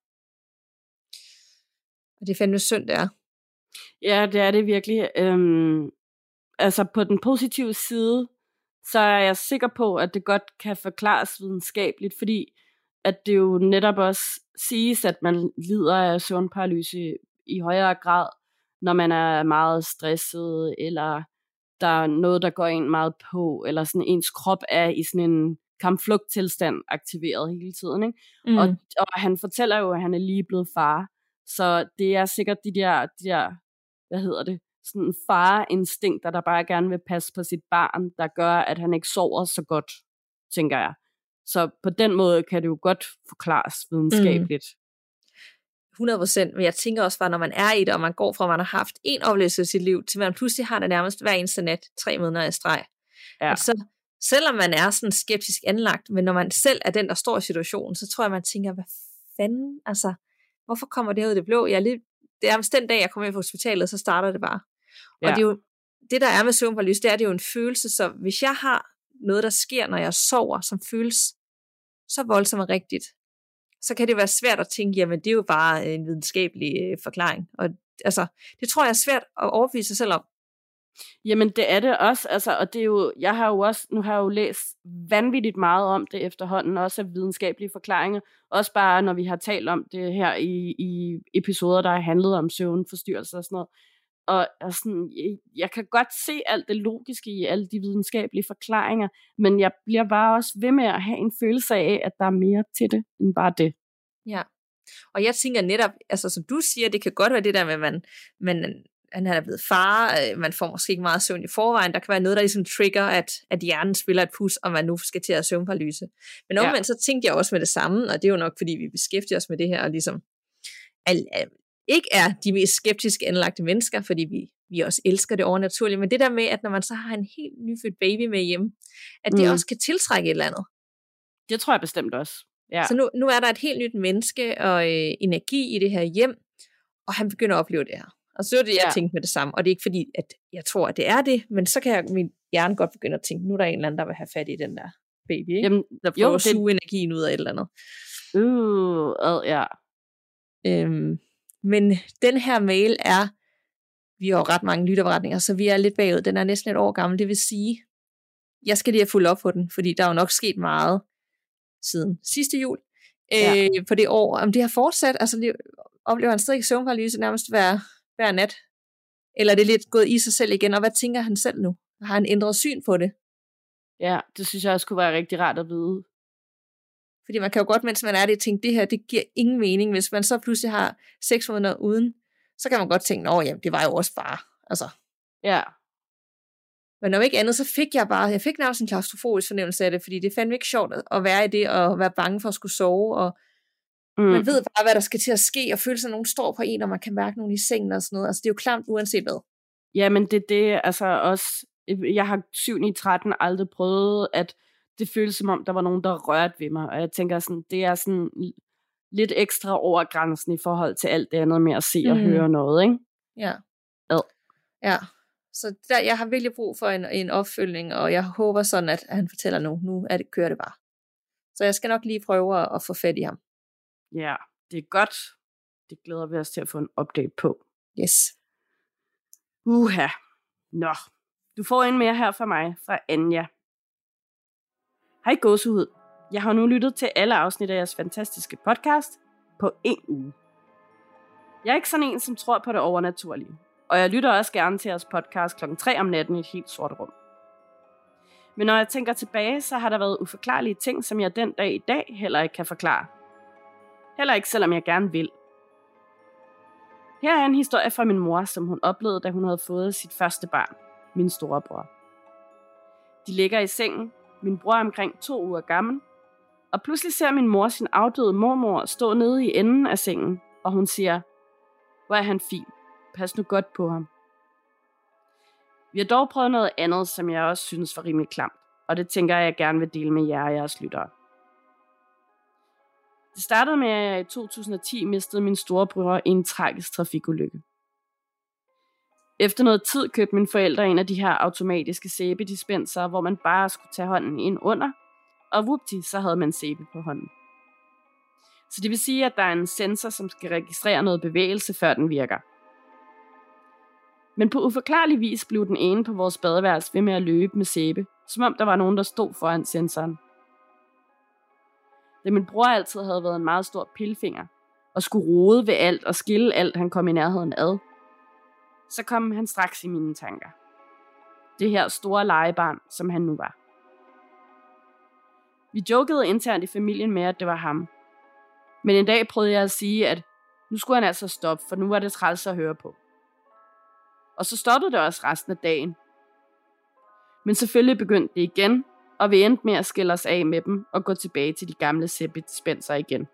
Og det er fandme synd, det er. Ja, det er det virkelig. Altså på den positive side, så er jeg sikker på, at det godt kan forklares videnskabeligt, fordi at det jo netop også siges, at man lider af søvnparalyse i højere grad, når man er meget stresset, eller der er noget, der går en meget på, eller sådan ens krop er i sådan en kampflugttilstand aktiveret hele tiden. Ikke? Mm. Og han fortæller jo, at han er lige blevet far, så det er sikkert de der hvad hedder det, sådan fareinstinkter, der bare gerne vil passe på sit barn, der gør, at han ikke sover så godt, tænker jeg. Så på den måde kan det jo godt forklares videnskabeligt. 100%, men jeg tænker også bare, når man er i det, og man går fra, at man har haft en oplevelse i sit liv, til man pludselig har det nærmest hver eneste nat, 3 måneder i streg. Ja. Altså, selvom man er sådan skeptisk anlagt, men når man selv er den, der står i situationen, så tror jeg, man tænker, hvad fanden, altså, hvorfor kommer det ud af det blå? Det er den dag, jeg kommer ind på hospitalet, så starter det bare. Og det er jo, det der er med søvnparalyse, det er jo en følelse, så hvis jeg har noget, der sker, når jeg sover, som føles så voldsomt og rigtigt, så kan det være svært at tænke, jamen det er jo bare en videnskabelig forklaring. Og altså, det tror jeg er svært at overbevise sig selv om. Jamen det er det også, altså, og det er jo, nu har jeg jo læst vanvittigt meget om det efterhånden, også af videnskabelige forklaringer, også bare når vi har talt om det her i episoder, der har handlet om søvnforstyrrelser og sådan noget. Og sådan, jeg kan godt se alt det logiske i alle de videnskabelige forklaringer, men jeg bliver bare også ved med at have en følelse af, at der er mere til det, end bare det. Ja, og jeg tænker netop, altså som du siger, det kan godt være det der med, man han er blevet far, man får måske ikke meget søvn i forvejen, der kan være noget, der ligesom trigger, at hjernen spiller et pus, og man nu skal til at søvnparalyse. Men omvendt så tænkte jeg også med det samme, og det er jo nok, fordi vi beskæftiger os med det her, og ligesom ikke er de mest skeptiske anlagte mennesker, fordi vi også elsker det overnaturlige, men det der med, at når man så har en helt nyfødt baby med hjemme, at det også kan tiltrække et eller andet. Det tror jeg bestemt også. Ja. Så nu er der et helt nyt menneske og energi i det her hjem, og han begynder at opleve det her. Og så er det, jeg tænkte med det samme. Og det er ikke fordi, at jeg tror, at det er det, men så kan min hjerne godt begynde at tænke, nu er der en eller anden, der vil have fat i den der baby, ikke? Jamen, der prøver at suge energien ud af et eller andet. Ja. Men den her mail er, vi har jo ret mange lytterberetninger, så vi er lidt bagud. Den er næsten et år gammel, det vil sige, jeg skal lige have fulgt op på den, fordi der er jo nok sket meget siden sidste jul. På det år, om det har fortsat, altså oplever han stadig søvnparalyse nærmest hver nat, eller er det lidt gået i sig selv igen, og hvad tænker han selv nu? Har han ændret syn på det? Ja, det synes jeg også kunne være rigtig rart at vide. Fordi man kan jo godt, mens man er det, tænke, det her, det giver ingen mening. Hvis man så pludselig har 6 måneder uden, så kan man godt tænke, jamen, det var jo også bare, altså. Ja. Men om ikke andet, så fik jeg fik nærmest en klaustrofobisk fornemmelse af det, fordi det er fandme ikke sjovt at være i det, og være bange for at skulle sove, og man ved bare, hvad der skal til at ske, og føle sig, at nogen står på en, og man kan mærke nogen i sengen og sådan noget. Altså, det er jo klamt uanset hvad. Ja, men det altså også, jeg har 7-9-13 aldrig prøvet, at det føles som om, der var nogen, der rørte ved mig, og jeg tænker sådan, det er sådan lidt ekstra over grænsen i forhold til alt det andet med at se og høre noget, ikke? Ja. Så jeg har virkelig brug for en opfølgning, og jeg håber sådan, at han fortæller nu kører det bare. Så jeg skal nok lige prøve at få fat i ham. Ja, det er godt. Det glæder vi os til at få en update på. Yes. Nå, du får en mere her fra mig, fra Anja. Hej gåsehud. Jeg har nu lyttet til alle afsnit af jeres fantastiske podcast på 1 uge. Jeg er ikke sådan en, som tror på det overnaturlige, og jeg lytter også gerne til jeres podcast 3:00 om natten i et helt sort rum. Men når jeg tænker tilbage, så har der været uforklarlige ting, som jeg den dag i dag heller ikke kan forklare. Heller ikke, selvom jeg gerne vil. Her er en historie fra min mor, som hun oplevede, da hun havde fået sit første barn, min storebror. De ligger i sengen, min bror er omkring 2 uger gammel, og pludselig ser min mor sin afdøde mormor stå nede i enden af sengen, og hun siger, hvor er han fin, pas nu godt på ham. Vi har dog prøvet noget andet, som jeg også synes var rimelig klamt, og det tænker jeg gerne vil dele med jer og jeres lyttere. Det startede med, at jeg i 2010 mistede min storebror i en tragisk trafikulykke. Efter noget tid købte mine forældre en af de her automatiske sæbedispenser, hvor man bare skulle tage hånden ind under, og vupti, så havde man sæbe på hånden. Så det vil sige, at der er en sensor, som skal registrere noget bevægelse, før den virker. Men på uforklarlig vis blev den ene på vores badeværelse ved med at løbe med sæbe, som om der var nogen, der stod foran sensoren. Da min bror altid havde været en meget stor pilfinger, og skulle rode ved alt og skille alt, han kom i nærheden ad, så kom han straks i mine tanker. Det her store legebarn, som han nu var. Vi jokede internt i familien med, at det var ham. Men en dag prøvede jeg at sige, at nu skulle han altså stoppe, for nu var det træls at høre på. Og så stoppede det også resten af dagen. Men selvfølgelig begyndte det igen, og vi endte med at skille os af med dem og gå tilbage til de gamle sæbedispenser igen.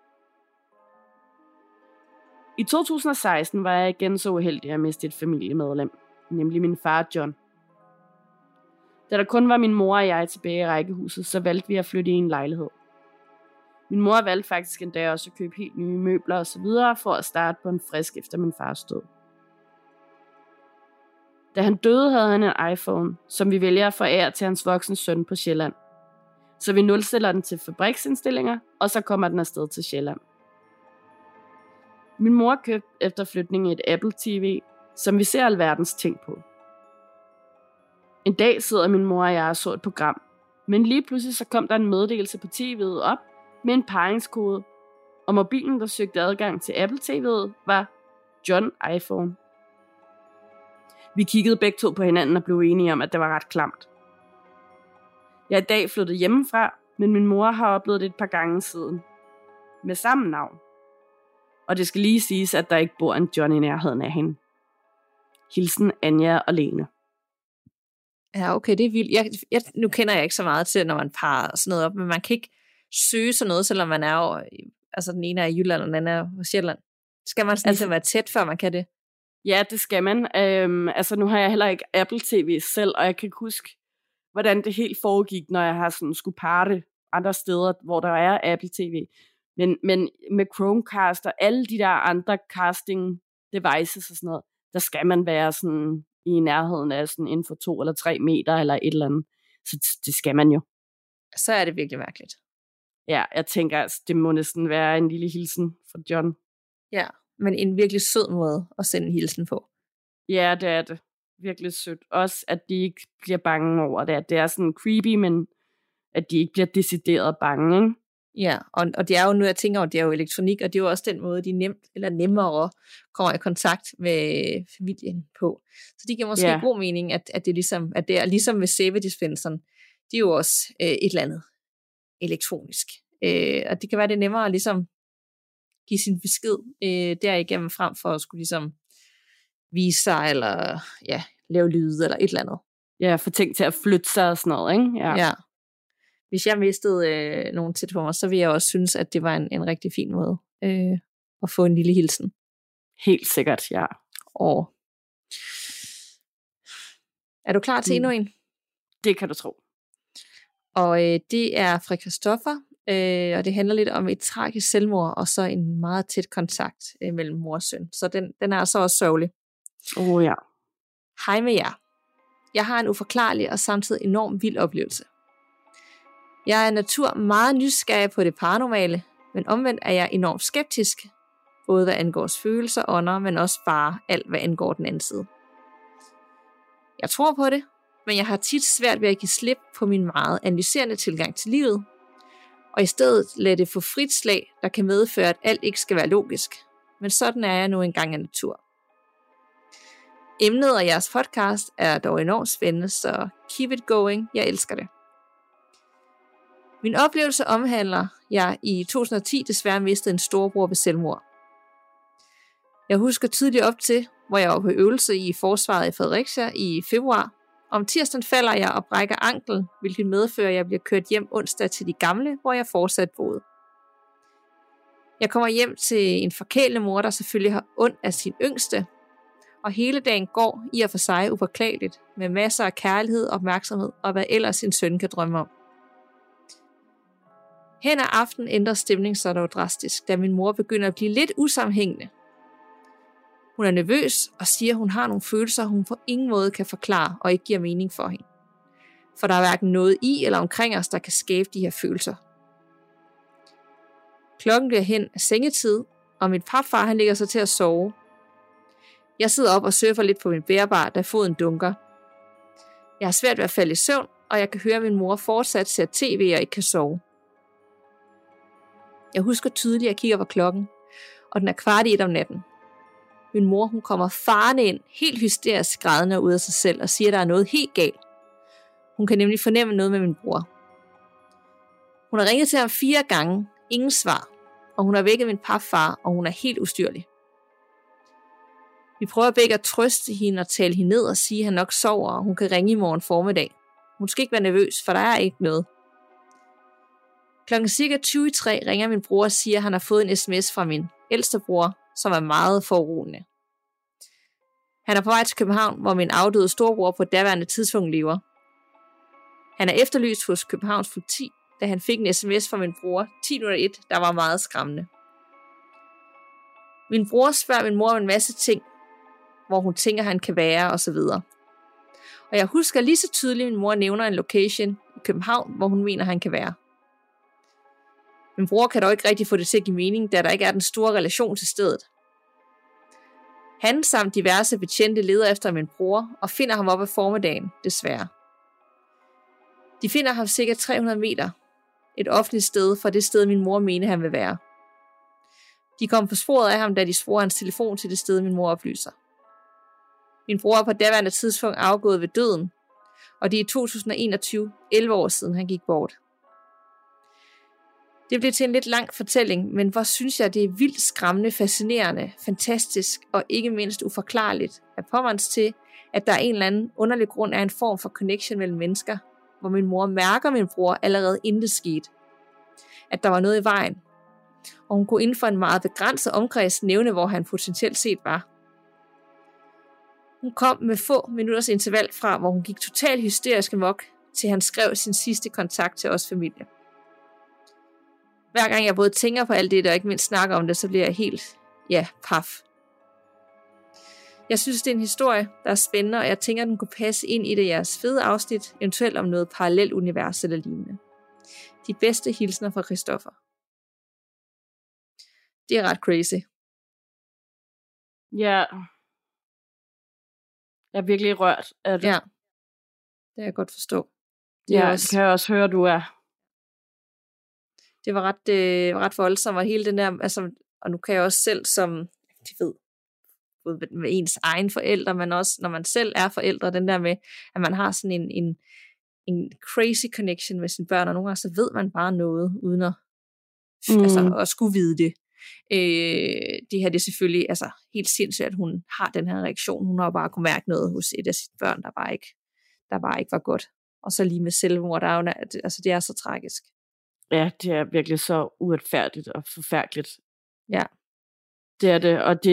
I 2016 var jeg igen så uheldig at miste et familiemedlem, nemlig min far John. Da der kun var min mor og jeg tilbage i rækkehuset, så valgte vi at flytte i en lejlighed. Min mor valgte faktisk endda også at købe helt nye møbler og så videre for at starte på en frisk efter min fars død. Da han døde, havde han en iPhone, som vi vælger at forære til hans voksne søn på Sjælland. Så vi nulstiller den til fabriksindstillinger, og så kommer den afsted til Sjælland. Min mor købte efter flytningen et Apple TV, som vi ser alverdens ting på. En dag sidder min mor og jeg og så et program, men lige pludselig så kom der en meddelelse på tv'et op med en paringskode, og mobilen, der søgte adgang til Apple TV'et, var John iPhone. Vi kiggede begge to på hinanden og blev enige om, at det var ret klamt. Jeg er i dag flyttet hjemmefra, men min mor har oplevet det et par gange siden. Med samme navn. Og det skal lige siges, at der ikke bor en John i nærheden af hende. Hilsen Anja og Lene. Ja, okay, det er vildt. Nu kender jeg ikke så meget til, når man parer sådan noget op, men man kan ikke søge sådan noget, selvom man er over, altså den ene er i Jylland, og den anden er på Sjælland. Skal man sådan ligesom være tæt, før man kan det? Ja, det skal man. Altså nu har jeg heller ikke Apple TV selv, og jeg kan ikke huske, hvordan det helt foregik, når jeg har sådan skulle parre det andre steder, hvor der er Apple TV. Men med Chromecast og alle de der andre casting devices og sådan noget, der skal man være sådan i nærheden af sådan inden for 2 eller 3 meter eller et eller andet. Så det skal man jo. Så er det virkelig mærkeligt. Ja, jeg tænker, altså, det må næsten være en lille hilsen fra John. Ja, men en virkelig sød måde at sende en hilsen på. Ja, det er det. Virkelig sødt. Også, at de ikke bliver bange over det. At det er sådan creepy, men at de ikke bliver decideret bange, ikke? Ja, og det er jo nu, jeg tænker over, det er jo elektronik, og det er jo også den måde, de nemmere kommer i kontakt med familien på. Så det giver måske god mening, at det er ligesom med sæbedispenseren. Det er jo også et eller andet elektronisk. Og det kan være, det er nemmere at ligesom give sin besked derigennem frem for at skulle ligesom vise sig, eller lave lyde, eller et eller andet. Ja, få ting til at flytte sig og sådan noget, ikke? Ja. Hvis jeg mistede nogen tæt på mig, så ville jeg også synes, at det var en rigtig fin måde at få en lille hilsen. Helt sikkert, ja. Og er du klar til endnu en? Det kan du tro. Og det er fra Christoffer, og det handler lidt om et tragisk selvmord, og så en meget tæt kontakt mellem mor og søn. Så den er så også sørgelig. Ja. Hej med jer. Jeg har en uforklarlig og samtidig enormt vild oplevelse. Jeg er natur meget nysgerrig på det paranormale, men omvendt er jeg enormt skeptisk, både hvad angår følelser og ånder, men også bare alt, hvad angår den anden side. Jeg tror på det, men jeg har tit svært ved at give slip på min meget analyserende tilgang til livet, og i stedet lade det få frit slag, der kan medføre, at alt ikke skal være logisk. Men sådan er jeg nu engang af natur. Emnet og jeres podcast er dog enormt spændende, så keep it going, jeg elsker det. Min oplevelse omhandler, jeg i 2010 desværre mistede en storebror ved selvmord. Jeg husker tydeligt op til, hvor jeg var på øvelse i forsvaret i Fredericia i februar. Om tirsdagen falder jeg og brækker anklen, hvilket medfører, at jeg bliver kørt hjem onsdag til de gamle, hvor jeg fortsat boede. Jeg kommer hjem til en forkælende mor, der selvfølgelig har ondt af sin yngste, og hele dagen går i og for sig upåklageligt, med masser af kærlighed, opmærksomhed og hvad ellers sin søn kan drømme om. Hen ad aften ændrer stemningen sig dog drastisk, da min mor begynder at blive lidt usammenhængende. Hun er nervøs og siger, at hun har nogle følelser, hun på ingen måde kan forklare og ikke giver mening for hende. For der er hverken noget i eller omkring os, der kan skabe de her følelser. Klokken bliver hen af sengetid, og min papfar han ligger sig til at sove. Jeg sidder op og surfer lidt på min bærbar, da foden dunker. Jeg har svært ved at falde i søvn, og jeg kan høre, at min mor fortsat ser tv og ikke kan sove. Jeg husker tydeligt, at jeg kigger på klokken, og den er 1:15 om natten. Min mor hun kommer farende ind, helt hysterisk grædende ud af sig selv, og siger, at der er noget helt galt. Hun kan nemlig fornemme noget med min bror. Hun har ringet til ham 4 gange, ingen svar, og hun har vækket min papfar, og hun er helt ustyrlig. Vi prøver begge at trøste hende og tale hende ned og sige, at han nok sover, og hun kan ringe i morgen formiddag. Hun skal ikke være nervøs, for der er ikke noget. Klokken cirka 20:03 ringer min bror og siger, at han har fået en sms fra min ældste bror, som er meget foruroligende. Han er på vej til København, hvor min afdøde storebror på daværende tidspunkt lever. Han er efterlyst hos Københavns politi, da han fik en sms fra min bror 10:01, der var meget skræmmende. Min bror spørger min mor om en masse ting, hvor hun tænker, han kan være osv. Og jeg husker lige så tydeligt, at min mor nævner en location i København, hvor hun mener, han kan være. Min bror kan dog ikke rigtig få det til at give mening, da der ikke er den store relation til stedet. Han samt diverse betjente leder efter min bror og finder ham op ad formiddagen, desværre. De finder ham cirka 300 meter, et offentligt sted fra det sted, min mor mener, han vil være. De kom på sporet af ham, da de spurgte hans telefon til det sted, min mor oplyser. Min bror er på daværende tidspunkt afgået ved døden, og det er i 2021, 11 år siden, han gik bort. Det bliver til en lidt lang fortælling, men hvor synes jeg, det er vildt skræmmende, fascinerende, fantastisk og ikke mindst uforklarligt at påmands til, at der er en eller anden underlig grund af en form for connection mellem mennesker, hvor min mor mærker min bror allerede inden det skete. At der var noget i vejen. Og hun kunne inden for en meget begrænset omkreds nævne, hvor han potentielt set var. Hun kom med få minutters interval fra, hvor hun gik totalt hysterisk amok, til han skrev sin sidste kontakt til os familie. Hver gang jeg både tænker på alt det, og ikke mindst snakker om det, så bliver jeg helt, paf. Jeg synes, det er en historie, der er spændende, og jeg tænker, den kunne passe ind i det jeres fede afsnit, eventuelt om noget parallelt univers eller lignende. De bedste hilsner fra Christoffer. Det er ret crazy. Ja. Jeg er virkelig rørt af det. Ja, det kan jeg godt forstå. Det kan jeg også høre, du er. Det var ret voldsomt, og hele den der, altså, og nu kan jeg også selv som, de ved, med ens egen forældre, men også når man selv er forældre, den der med, at man har sådan en crazy connection med sine børn, og nogle gange så ved man bare noget, uden at skulle vide det. Det her, det er selvfølgelig helt sindssygt, at hun har den her reaktion. Hun har bare kunne mærke noget hos et af sine børn, der bare ikke var godt. Og så lige med selvmord, der er jo, det er så tragisk. Ja, det er virkelig så uretfærdigt og forfærdeligt. Ja. Det er det, og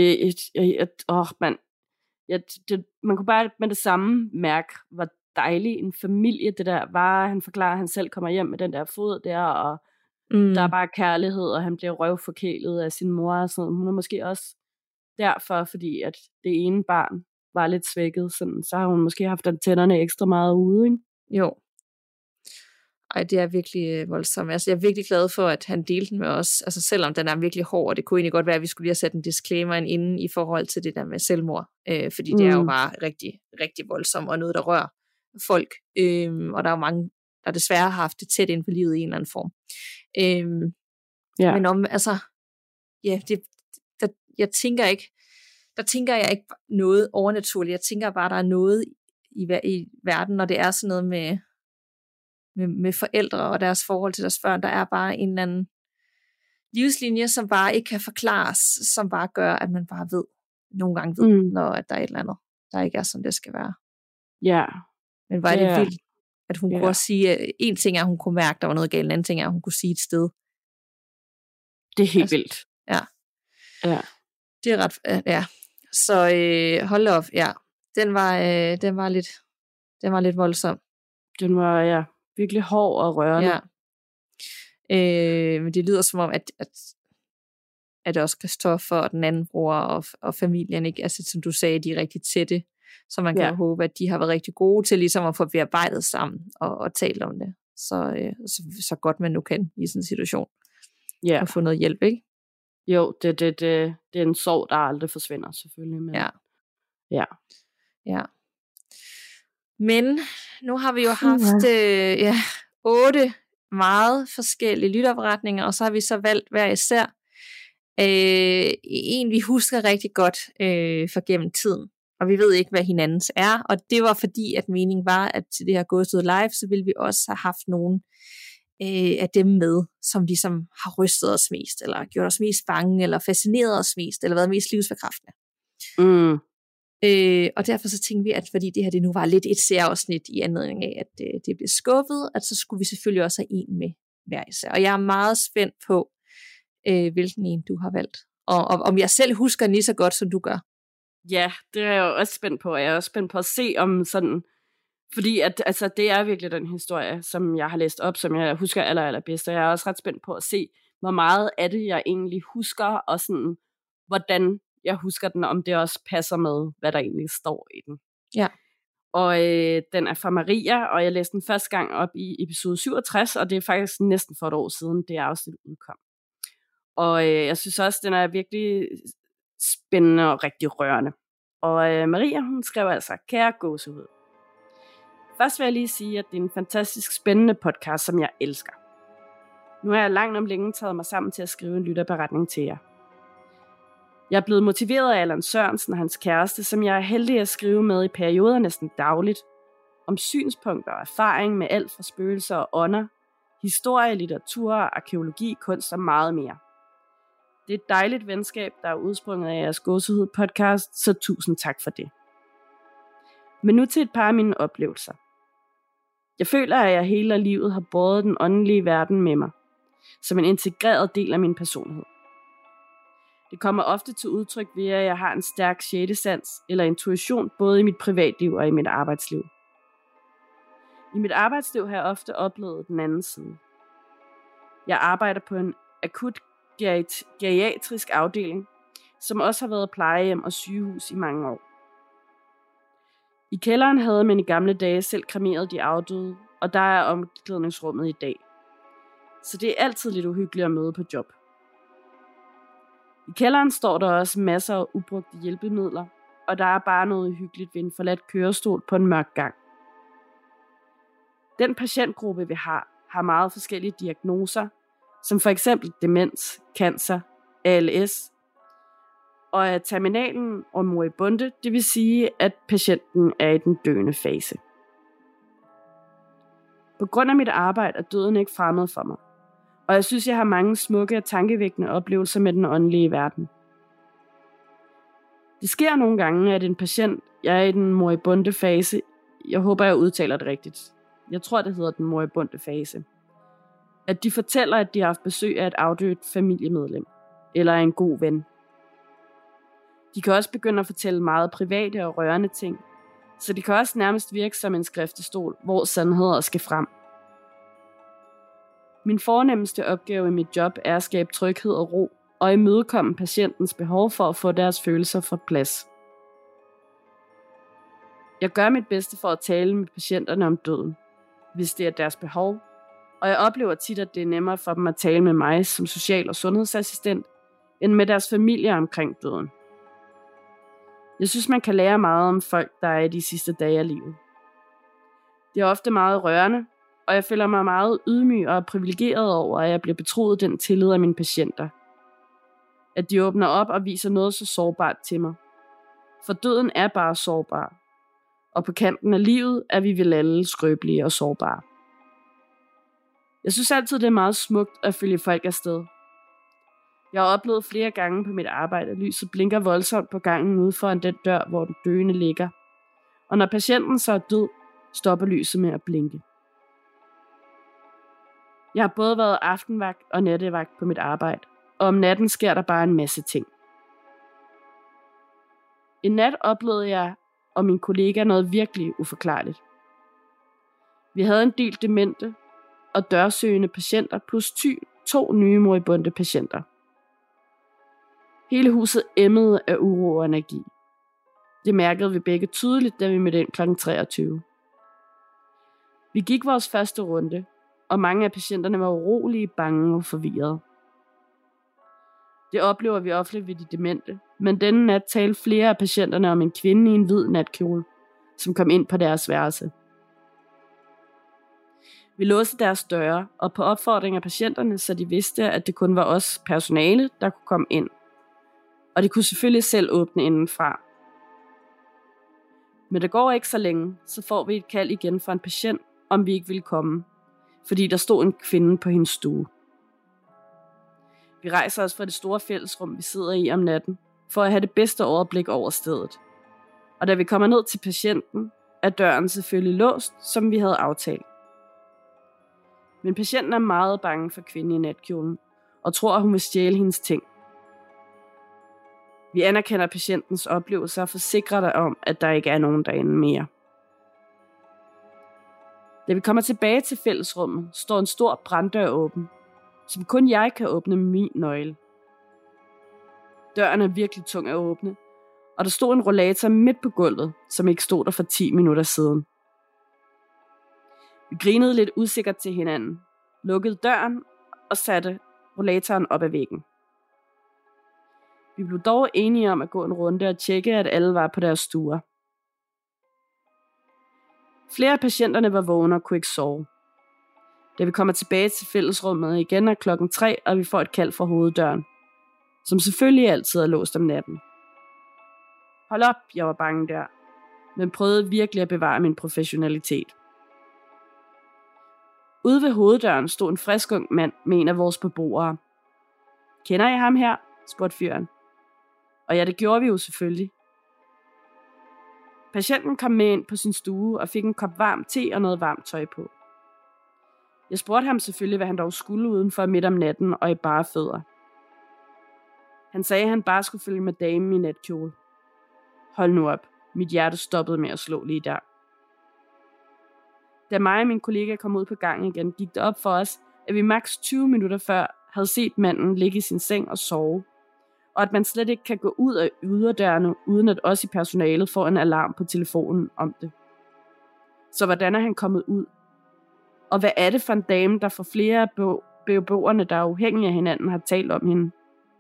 man kunne bare med det samme mærke, hvor dejlig en familie det der var. Han forklarer, at han selv kommer hjem med den der fod der, og der er bare kærlighed, og han bliver røvforkælet af sin mor. Så hun er måske også derfor, fordi at det ene barn var lidt svækket, så har hun måske haft tænderne ekstra meget ude, ikke? Jo. Ej, det er virkelig voldsomt. Jeg er virkelig glad for, at han delte den med os. Selvom den er virkelig hård, og det kunne egentlig godt være, at vi skulle lige have sat en disclaimer inden i forhold til det der med selvmord. Fordi det er jo bare rigtig, rigtig voldsomt, og noget, der rører folk. Og der er jo mange, der desværre har haft det tæt inden for livet i en eller anden form. Men jeg tænker ikke noget overnaturligt. Jeg tænker bare, der er noget i verden, når det er sådan noget med forældre og deres forhold til deres børn, der er bare en eller anden livslinje, som bare ikke kan forklares, som bare gør, at man bare nogle gange ved, når at der er et eller andet, der ikke er, som det skal være. Ja. Men hvor er det vildt, at hun kunne også sige, at en ting er, at hun kunne mærke, der var noget galt, en anden ting er, at hun kunne sige et sted. Det er helt vildt. Ja. Ja. Det er ret, Så hold op, den var lidt voldsom. Den var, virkelig hård og rørende. Ja. Men det lyder som om, at også Christoffer og den anden bror og familien, ikke? Som du sagde, de er rigtig tætte, så man kan jo håbe, at de har været rigtig gode til ligesom at få bearbejdet sammen og talt om det, så godt man nu kan i sådan en situation. Og få noget hjælp, ikke? Jo, det er en sorg, der aldrig forsvinder, selvfølgelig. Men... Ja. Men nu har vi jo haft 8 meget forskellige lytterberetninger, og så har vi så valgt hver især en, vi husker rigtig godt for gennem tiden. Og vi ved ikke, hvad hinandens er, og det var fordi, at meningen var, at til det her Gåsehud Live, så ville vi også have haft nogen af dem med, som ligesom har rystet os mest, eller gjort os mest bange, eller fascineret os mest, eller været mest livsforkræftende. Og derfor så tænkte vi, at fordi det her det nu var lidt et særafsnit i anledning af, at det blev skuffet, at så skulle vi selvfølgelig også have en med hver især. Og jeg er meget spændt på, hvilken en du har valgt. Og om jeg selv husker den lige så godt, som du gør. Ja, det er jeg jo også spændt på. Jeg er også spændt på at se om sådan... Fordi at, det er virkelig den historie, som jeg har læst op, som jeg husker allerbedst. Og jeg er også ret spændt på at se, hvor meget af det, jeg egentlig husker, og sådan, hvordan jeg husker den, om det også passer med, hvad der egentlig står i den. Ja. Og den er fra Maria, og jeg læste den første gang op i episode 67, og det er faktisk næsten for et år siden, det afsnit udkom. Og jeg synes også, den er virkelig spændende og rigtig rørende. Og Maria, hun skrev altså, kære gåsehud. Først vil jeg lige sige, at det er en fantastisk spændende podcast, som jeg elsker. Nu har jeg langt om længe taget mig sammen til at skrive en lytterberetning til jer. Jeg er blevet motiveret af Allan Sørensen og hans kæreste, som jeg er heldig at skrive med i perioder næsten dagligt, om synspunkter og erfaring med alt fra spøgelser og ånder, historie, litteratur, arkæologi, kunst og meget mere. Det er et dejligt venskab, der er udsprunget af jeres Gåsehud podcast, så tusind tak for det. Men nu til et par af mine oplevelser. Jeg føler, at jeg hele livet har båret den åndelige verden med mig, som en integreret del af min personlighed. Det kommer ofte til udtryk ved, at jeg har en stærk sjette sans eller intuition, både i mit privatliv og i mit arbejdsliv. I mit arbejdsliv har jeg ofte oplevet den anden side. Jeg arbejder på en akut geriatrisk afdeling, som også har været plejehjem og sygehus i mange år. I kælderen havde man i gamle dage selv kremeret de afdøde, og der er omklædningsrummet i dag. Så det er altid lidt uhyggeligt at møde på job. I kælderen står der også masser af ubrugte hjælpemidler, og der er bare noget uhyggeligt ved en forladt kørestol på en mørk gang. Den patientgruppe, vi har meget forskellige diagnoser, som for eksempel demens, cancer, ALS, og er terminalen og moribunde, det vil sige, at patienten er i den døende fase. På grund af mit arbejde er døden ikke fremmed for mig, og jeg synes, jeg har mange smukke og tankevækkende oplevelser med den åndelige verden. Det sker nogle gange, at en patient, jeg er i den moribunde fase, jeg håber, jeg udtaler det rigtigt. Jeg tror, det hedder den moribunde fase. At de fortæller, at de har haft besøg af et afdødt familiemedlem, eller af en god ven. De kan også begynde at fortælle meget private og rørende ting, så det kan også nærmest virke som en skriftestol, hvor sandheder skal frem. Min fornemmeste opgave i mit job er at skabe tryghed og ro, og imødekomme patientens behov for at få deres følelser på plads. Jeg gør mit bedste for at tale med patienterne om døden, hvis det er deres behov, og jeg oplever tit, at det er nemmere for dem at tale med mig som social- og sundhedsassistent, end med deres familie omkring døden. Jeg synes, man kan lære meget om folk, der er i de sidste dage af livet. Det er ofte meget rørende, og jeg føler mig meget ydmyg og privilegeret over, at jeg bliver betroet den tillid af mine patienter. At de åbner op og viser noget så sårbart til mig. For døden er bare sårbar, og på kanten af livet er vi vel alle skrøbelige og sårbare. Jeg synes altid, det er meget smukt at følge folk afsted. Jeg har oplevet flere gange på mit arbejde, at lyset blinker voldsomt på gangen ude foran den dør, hvor den døende ligger. Og når patienten så er død, stopper lyset med at blinke. Jeg har både været aftenvagt og nattevagt på mit arbejde, og om natten sker der bare en masse ting. En nat oplevede jeg og min kollega noget virkelig uforklarligt. Vi havde en del demente og dørsøgende patienter plus 2 nye moribunde patienter. Hele huset emmede af uro og energi. Det mærkede vi begge tydeligt, da vi mødte ind kl. 23. Vi gik vores første runde, og mange af patienterne var urolige, bange og forvirrede. Det oplever vi ofte ved de demente, men denne nat talte flere af patienterne om en kvinde i en hvid natkjole, som kom ind på deres værelse. Vi låste deres døre, og på opfordring af patienterne, så de vidste, at det kun var os personale, der kunne komme ind. Og de kunne selvfølgelig selv åbne indenfra. Men det går ikke så længe, så får vi et kald igen fra en patient, om vi ikke ville komme, fordi der stod en kvinde på hendes stue. Vi rejser os fra det store fællesrum, vi sidder i om natten, for at have det bedste overblik over stedet. Og da vi kommer ned til patienten, er døren selvfølgelig låst, som vi havde aftalt. Men patienten er meget bange for kvinden i natkjolen, og tror, at hun vil stjæle hendes ting. Vi anerkender patientens oplevelser og forsikrer dig om, at der ikke er nogen derinde mere. Da vi kommer tilbage til fællesrummet, står en stor branddør åben, som kun jeg kan åbne med min nøgle. Døren er virkelig tung at åbne, og der stod en rollator midt på gulvet, som ikke stod der for 10 minutter siden. Vi grinede lidt usikkert til hinanden, lukkede døren og satte rollatoren op ad væggen. Vi blev dog enige om at gå en runde og tjekke, at alle var på deres stuer. Flere af patienterne var vågne og kunne ikke sove. Da vi kommer tilbage til fællesrummet igen er 3:00, og vi får et kald fra hoveddøren, som selvfølgelig altid er låst om natten. Hold op, jeg var bange der, men prøvede virkelig at bevare min professionalitet. Ude ved hoveddøren stod en frisk ung mand med en af vores beboere. Kender I ham her? Spurgte fyren. Og ja, det gjorde vi jo selvfølgelig. Patienten kom med ind på sin stue og fik en kop varm te og noget varmt tøj på. Jeg spurgte ham selvfølgelig, hvad han dog skulle udenfor midt om natten og i bare fødder. Han sagde, at han bare skulle følge med damen i natkjole. Hold nu op. Mit hjerte stoppede med at slå lige der. Da mig og min kollega kom ud på gangen igen, gik det op for os, at vi maks 20 minutter før havde set manden ligge i sin seng og sove, og at man slet ikke kan gå ud af yderdørene, uden at os i personalet får en alarm på telefonen om det. Så hvordan er han kommet ud? Og hvad er det for en dame, der for flere af beboerne, der er uafhængige af hinanden, har talt om hende?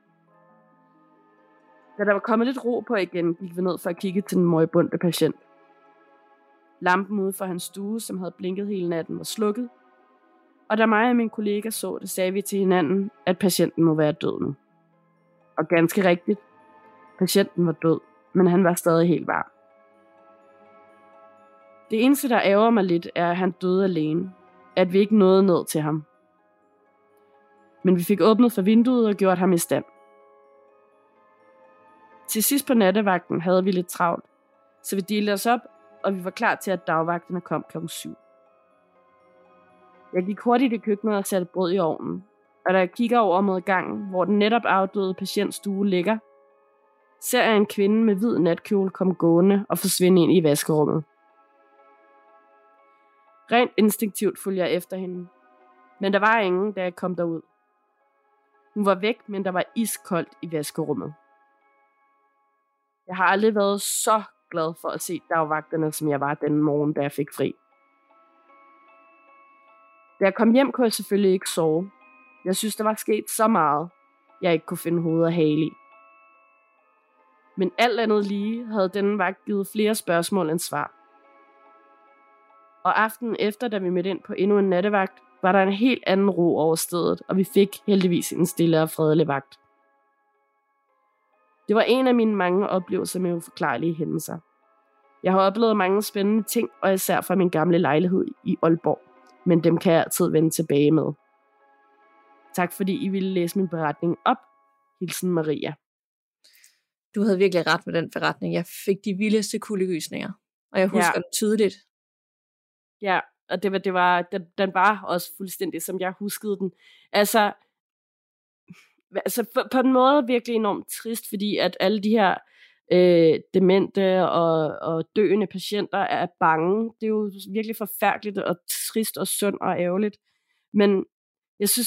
Da der var kommet lidt ro på igen, gik vi ned for at kigge til den moribundne patient. Lampen ude for hans stue, som havde blinket hele natten, var slukket. Og da mig og min kollega så det, sagde vi til hinanden, at patienten må være død nu. Og ganske rigtigt, patienten var død, men han var stadig helt varm. Det eneste, der ærger mig lidt, er, at han døde alene. At vi ikke nåede ned til ham. Men vi fik åbnet for vinduet og gjort ham i stand. Til sidst på nattevagten havde vi lidt travlt, så vi delte os op, og vi var klar til, at dagvagterne kom 7:00. Jeg gik hurtigt i køkkenet og satte brød i ovnen, og da jeg kigger over mod gangen, hvor den netop afdøde patients stue ligger, ser jeg en kvinde med hvid natkjole komme gående og forsvinde ind i vaskerummet. Rent instinktivt fulgte jeg efter hende, men der var ingen, da jeg kom derud. Hun var væk, men der var iskoldt i vaskerummet. Jeg har aldrig været så glad for at se dagvagterne, som jeg var den morgen, da jeg fik fri. Da jeg kom hjem, kunne jeg selvfølgelig ikke sove. Jeg synes, der var sket så meget, jeg ikke kunne finde hoved og hale i. Men alt andet lige havde denne vagt givet flere spørgsmål end svar. Og aftenen efter, da vi mødte ind på endnu en nattevagt, var der en helt anden ro over stedet, og vi fik heldigvis en stille og fredelig vagt. Det var en af mine mange oplevelser med uforklarlige hændelser. Jeg har oplevet mange spændende ting, og især fra min gamle lejlighed i Aalborg, men dem kan jeg altid vende tilbage med. Tak fordi I ville læse min beretning op. Hilsen Maria. Du havde virkelig ret med den beretning. Jeg fik de vildeste kuldegysninger, og jeg husker den tydeligt. Ja, og den var også fuldstændig, som jeg huskede den. Altså på en måde virkelig enormt trist, fordi at alle de her demente og døende patienter er bange. Det er jo virkelig forfærdeligt og trist og synd og ærgerligt. Men jeg synes,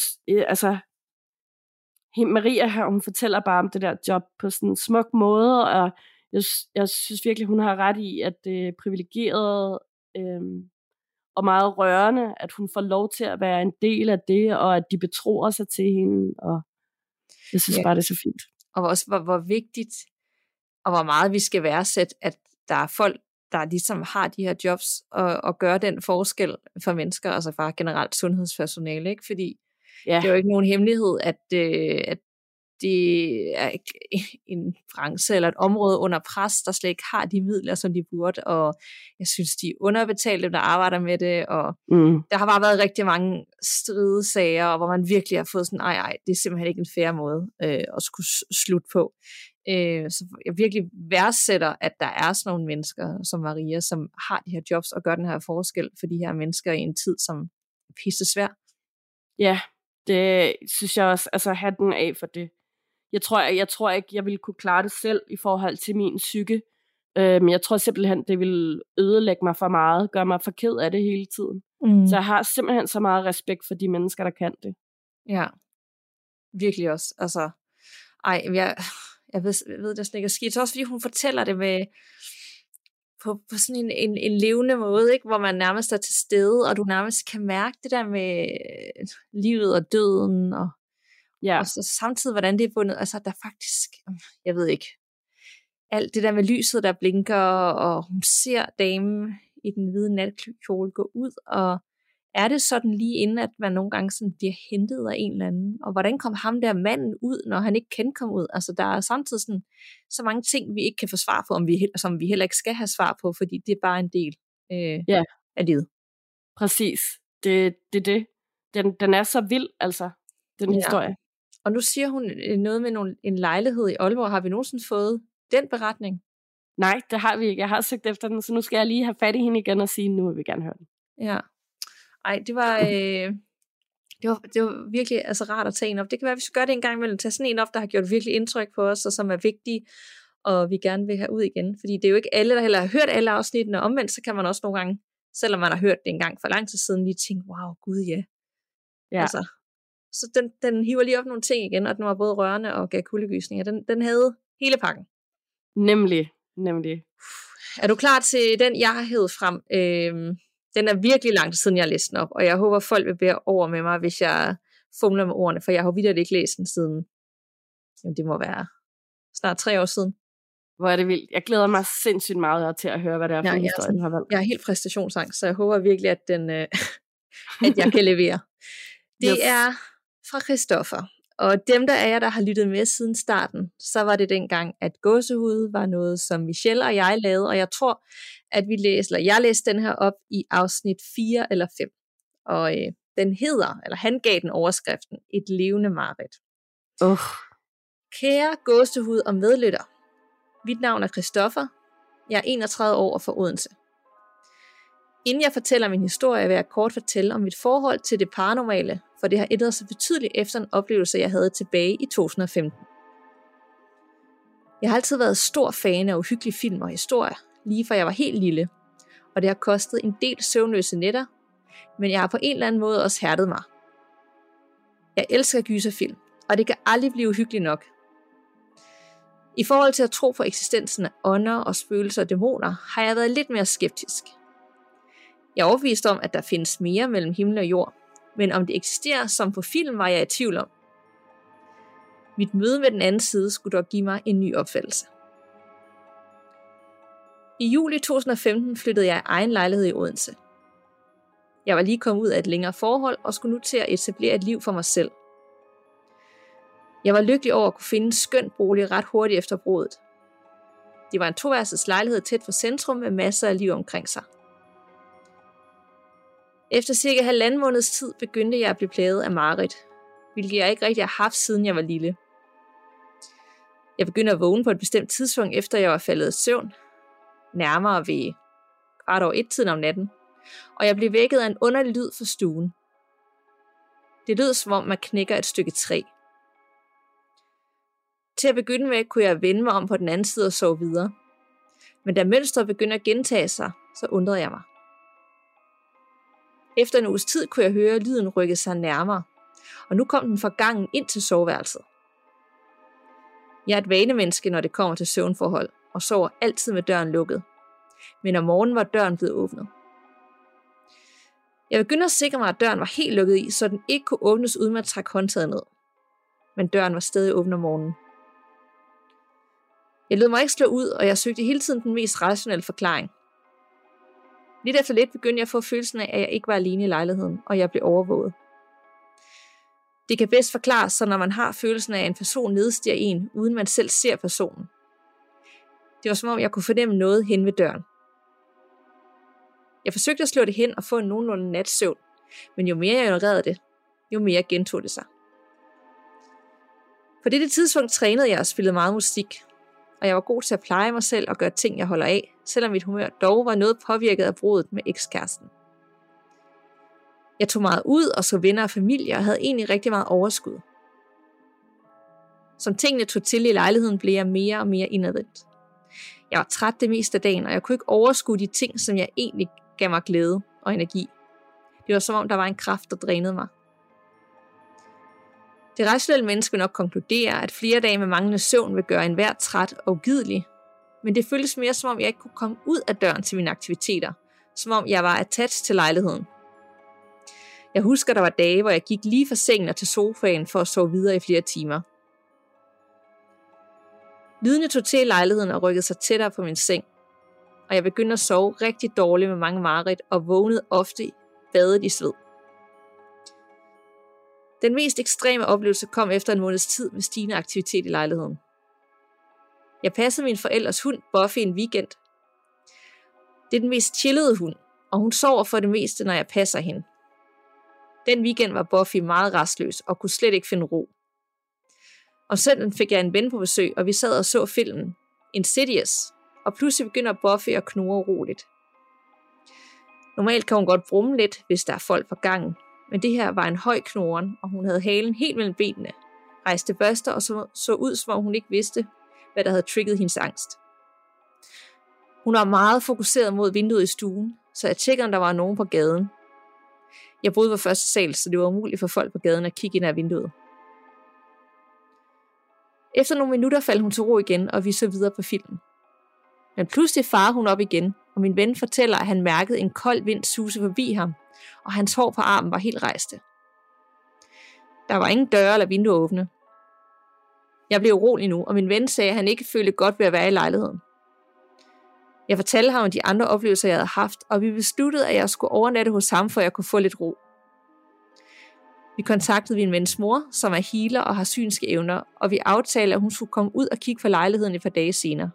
Maria, hun fortæller bare om det der job på sådan en smuk måde, og jeg synes virkelig, hun har ret i, at det er privilegeret og meget rørende, at hun får lov til at være en del af det, og at de betror sig til hende, og jeg synes bare, det er så fint. Og også, hvor vigtigt, og hvor meget vi skal værdsætte, at der er folk, der ligesom har de her jobs, og gør den forskel for mennesker, altså bare generelt sundhedspersonale, ikke? Fordi det er jo ikke nogen hemmelighed, at det er en branche eller et område under pres, der slet ikke har de midler, som de burde, og jeg synes, de er underbetalte, der arbejder med det, og der har bare været rigtig mange stridesager, hvor man virkelig har fået sådan, det er simpelthen ikke en fair måde at skulle slutte på. Så jeg virkelig værdsætter, at der er sådan nogle mennesker som Maria, som har de her jobs og gør den her forskel for de her mennesker i en tid, som er pisse svær. Ja, det synes jeg også, altså hatten af for det. Jeg tror ikke, jeg ville kunne klare det selv i forhold til min psyke. Men jeg tror simpelthen, det ville ødelægge mig for meget, gøre mig for ked af det hele tiden. Så jeg har simpelthen så meget respekt for de mennesker, der kan det. Ja, virkelig også. Altså, jeg ved det slet ikke er sket. Så også fordi hun fortæller det med på sådan en levende måde, ikke? Hvor man nærmest er til stede, og du nærmest kan mærke det der med livet og døden, og så samtidig, hvordan det er bundet, altså der faktisk, jeg ved ikke, alt det der med lyset, der blinker, og hun ser damen i den hvide natkjole gå ud, og er det sådan lige inden, at man nogle gange sådan bliver hentet af en eller anden, og hvordan kom ham der manden ud, når han ikke kan komme ud, altså der er samtidig sådan, så mange ting, vi ikke kan få svar på, som vi heller ikke skal have svar på, fordi det er bare en del af livet. Præcis. det. Den er så vild, altså, den historie. Og nu siger hun noget med en lejlighed i Aalborg. Har vi nogensinde fået den beretning? Nej, det har vi ikke. Jeg har søgt efter den, så nu skal jeg lige have fat i hende igen og sige, nu vil vi gerne høre den. Ja. Ej, det var virkelig altså rart at tage en op. Det kan være, at vi skal gøre det en gang imellem. Tage sådan en op, der har gjort virkelig indtryk på os, og som er vigtig, og vi gerne vil have ud igen. Fordi det er jo ikke alle, der heller har hørt alle afsnittene. Omvendt, så kan man også nogle gange, selvom man har hørt det en gang for lang tid siden, lige tænke, wow, gud ja. Altså, så den hiver lige op nogle ting igen, og den var både rørende og gav kuldegysninger. Den havde hele pakken. Nemlig. Er du klar til den, jeg har hævet frem? Den er virkelig lang tid siden, jeg læste den op, og jeg håber, folk vil bære over med mig, hvis jeg fumler med ordene, for jeg har vitterligt ikke læst den siden, jamen det må være snart 3 år siden. Hvor er det vildt. Jeg glæder mig sindssygt meget til at høre, hvad det er for en historie, den har valgt. Jeg er helt præstationsangst, så jeg håber virkelig, at at jeg kan levere. Det er fra Christoffer. Og dem, der er jer, der har lyttet med siden starten, så var det dengang, at gåsehud var noget, som Michelle og jeg lavede, og jeg tror, at jeg læste den her op i afsnit 4 eller 5. Og den hedder, eller han gav den overskriften, Et levende mareridt. Kære gåsehud og medlytter, mit navn er Christoffer, jeg er 31 år og fra Odense. Inden jeg fortæller min historie, vil jeg kort fortælle om mit forhold til det paranormale, for det har ændret sig betydeligt efter en oplevelse, jeg havde tilbage i 2015. Jeg har altid været stor fan af uhyggelige film og historier, lige fra jeg var helt lille, og det har kostet en del søvnløse nætter, men jeg har på en eller anden måde også hærdet mig. Jeg elsker gyserfilm, og det kan aldrig blive uhyggeligt nok. I forhold til at tro på eksistensen af ånder og spøgelser og dæmoner, har jeg været lidt mere skeptisk. Jeg er overbevist om, at der findes mere mellem himmel og jord, men om det eksisterer som på film, var jeg i tvivl om. Mit møde med den anden side skulle dog give mig en ny opfattelse. I juli 2015 flyttede jeg i egen lejlighed i Odense. Jeg var lige kommet ud af et længere forhold og skulle nu til at etablere et liv for mig selv. Jeg var lykkelig over at kunne finde en skøn bolig ret hurtigt efter bruddet. Det var en 2-værelses lejlighed tæt på centrum med masser af liv omkring sig. Efter cirka 1,5 måneds tid begyndte jeg at blive plaget af mareridt, hvilket jeg ikke rigtig har haft siden jeg var lille. Jeg begyndte at vågne på et bestemt tidspunkt, efter jeg var faldet i søvn, nærmere ved 1:15 om natten, og jeg blev vækket af en underlig lyd fra stuen. Det lød som om man knækker et stykke træ. Til at begynde med kunne jeg vende mig om på den anden side og sove videre, men da mønstret begyndte at gentage sig, så undrede jeg mig. Efter en uges tid kunne jeg høre lyden rykke sig nærmere, og nu kom den fra gangen ind til soveværelset. Jeg er et vanemenneske, når det kommer til søvnforhold, og sover altid med døren lukket. Men om morgenen var døren blevet åbnet. Jeg begyndte at sikre mig, at døren var helt lukket i, så den ikke kunne åbnes uden at trække håndtaget ned. Men døren var stadig åben om morgenen. Jeg lod mig ikke slå ud, og jeg søgte hele tiden den mest rationelle forklaring. Lidt efter lidt begyndte jeg at få følelsen af, at jeg ikke var alene i lejligheden, og jeg blev overvåget. Det kan bedst forklares, så når man har følelsen af, at en person nedstiger en, uden man selv ser personen. Det var som om, jeg kunne fornemme noget hen ved døren. Jeg forsøgte at slå det hen og få en nogenlunde natsøvn, men jo mere jeg ignorerede det, jo mere gentog det sig. På dette tidspunkt trænede jeg og spillede meget musik, og jeg var god til at pleje mig selv og gøre ting, jeg holder af, selvom mit humør dog var noget påvirket af bruddet med ekskæresten. Jeg tog meget ud og så venner og familie og havde egentlig rigtig meget overskud. Som tingene tog til i lejligheden, blev jeg mere og mere indadvendt. Jeg var træt det meste af dagen, og jeg kunne ikke overskue de ting, som jeg egentlig gav mig glæde og energi. Det var som om, der var en kraft, der drænede mig. Det rationelle menneske vil nok konkludere, at flere dage med manglende søvn vil gøre enhver træt og ugidelig, men det føltes mere som om, jeg ikke kunne komme ud af døren til mine aktiviteter, som om jeg var attached til lejligheden. Jeg husker, der var dage, hvor jeg gik lige fra sengen og til sofaen for at sove videre i flere timer. Lydene tog til i lejligheden og rykkede sig tættere på min seng, og jeg begyndte at sove rigtig dårligt med mange mareridt og vågnede ofte badet i sved. Den mest ekstreme oplevelse kom efter en måneds tid med stigende aktivitet i lejligheden. Jeg passede min forældres hund, Buffy, en weekend. Det er den mest chillede hund, og hun sover for det meste, når jeg passer hende. Den weekend var Buffy meget rastløs og kunne slet ikke finde ro. Om søndagen fik jeg en ven på besøg, og vi sad og så filmen Insidious, og pludselig begynder Buffy at knurre roligt. Normalt kan hun godt brumme lidt, hvis der er folk på gangen, men det her var en høj knurren, og hun havde halen helt mellem benene, rejste børster og så ud, som om hun ikke vidste, hvad der havde trigget hendes angst. Hun var meget fokuseret mod vinduet i stuen, så jeg tjekkede, om der var nogen på gaden. Jeg boede på første sal, så det var umuligt for folk på gaden at kigge ind ad vinduet. Efter nogle minutter faldt hun til ro igen, og vi så videre på filmen. Men pludselig farede hun op igen, og min ven fortæller, at han mærkede en kold vind suse forbi ham, og hans hår på armen var helt rejste. Der var ingen døre eller vinduer åbne. Jeg blev urolig nu, og min ven sagde, at han ikke følte godt ved at være i lejligheden. Jeg fortalte ham om de andre oplevelser, jeg havde haft, og vi besluttede, at jeg skulle overnatte hos ham, for jeg kunne få lidt ro. Vi kontaktede min vens mor, som er healer og har synske evner, og vi aftalte, at hun skulle komme ud og kigge på lejligheden et par dage senere.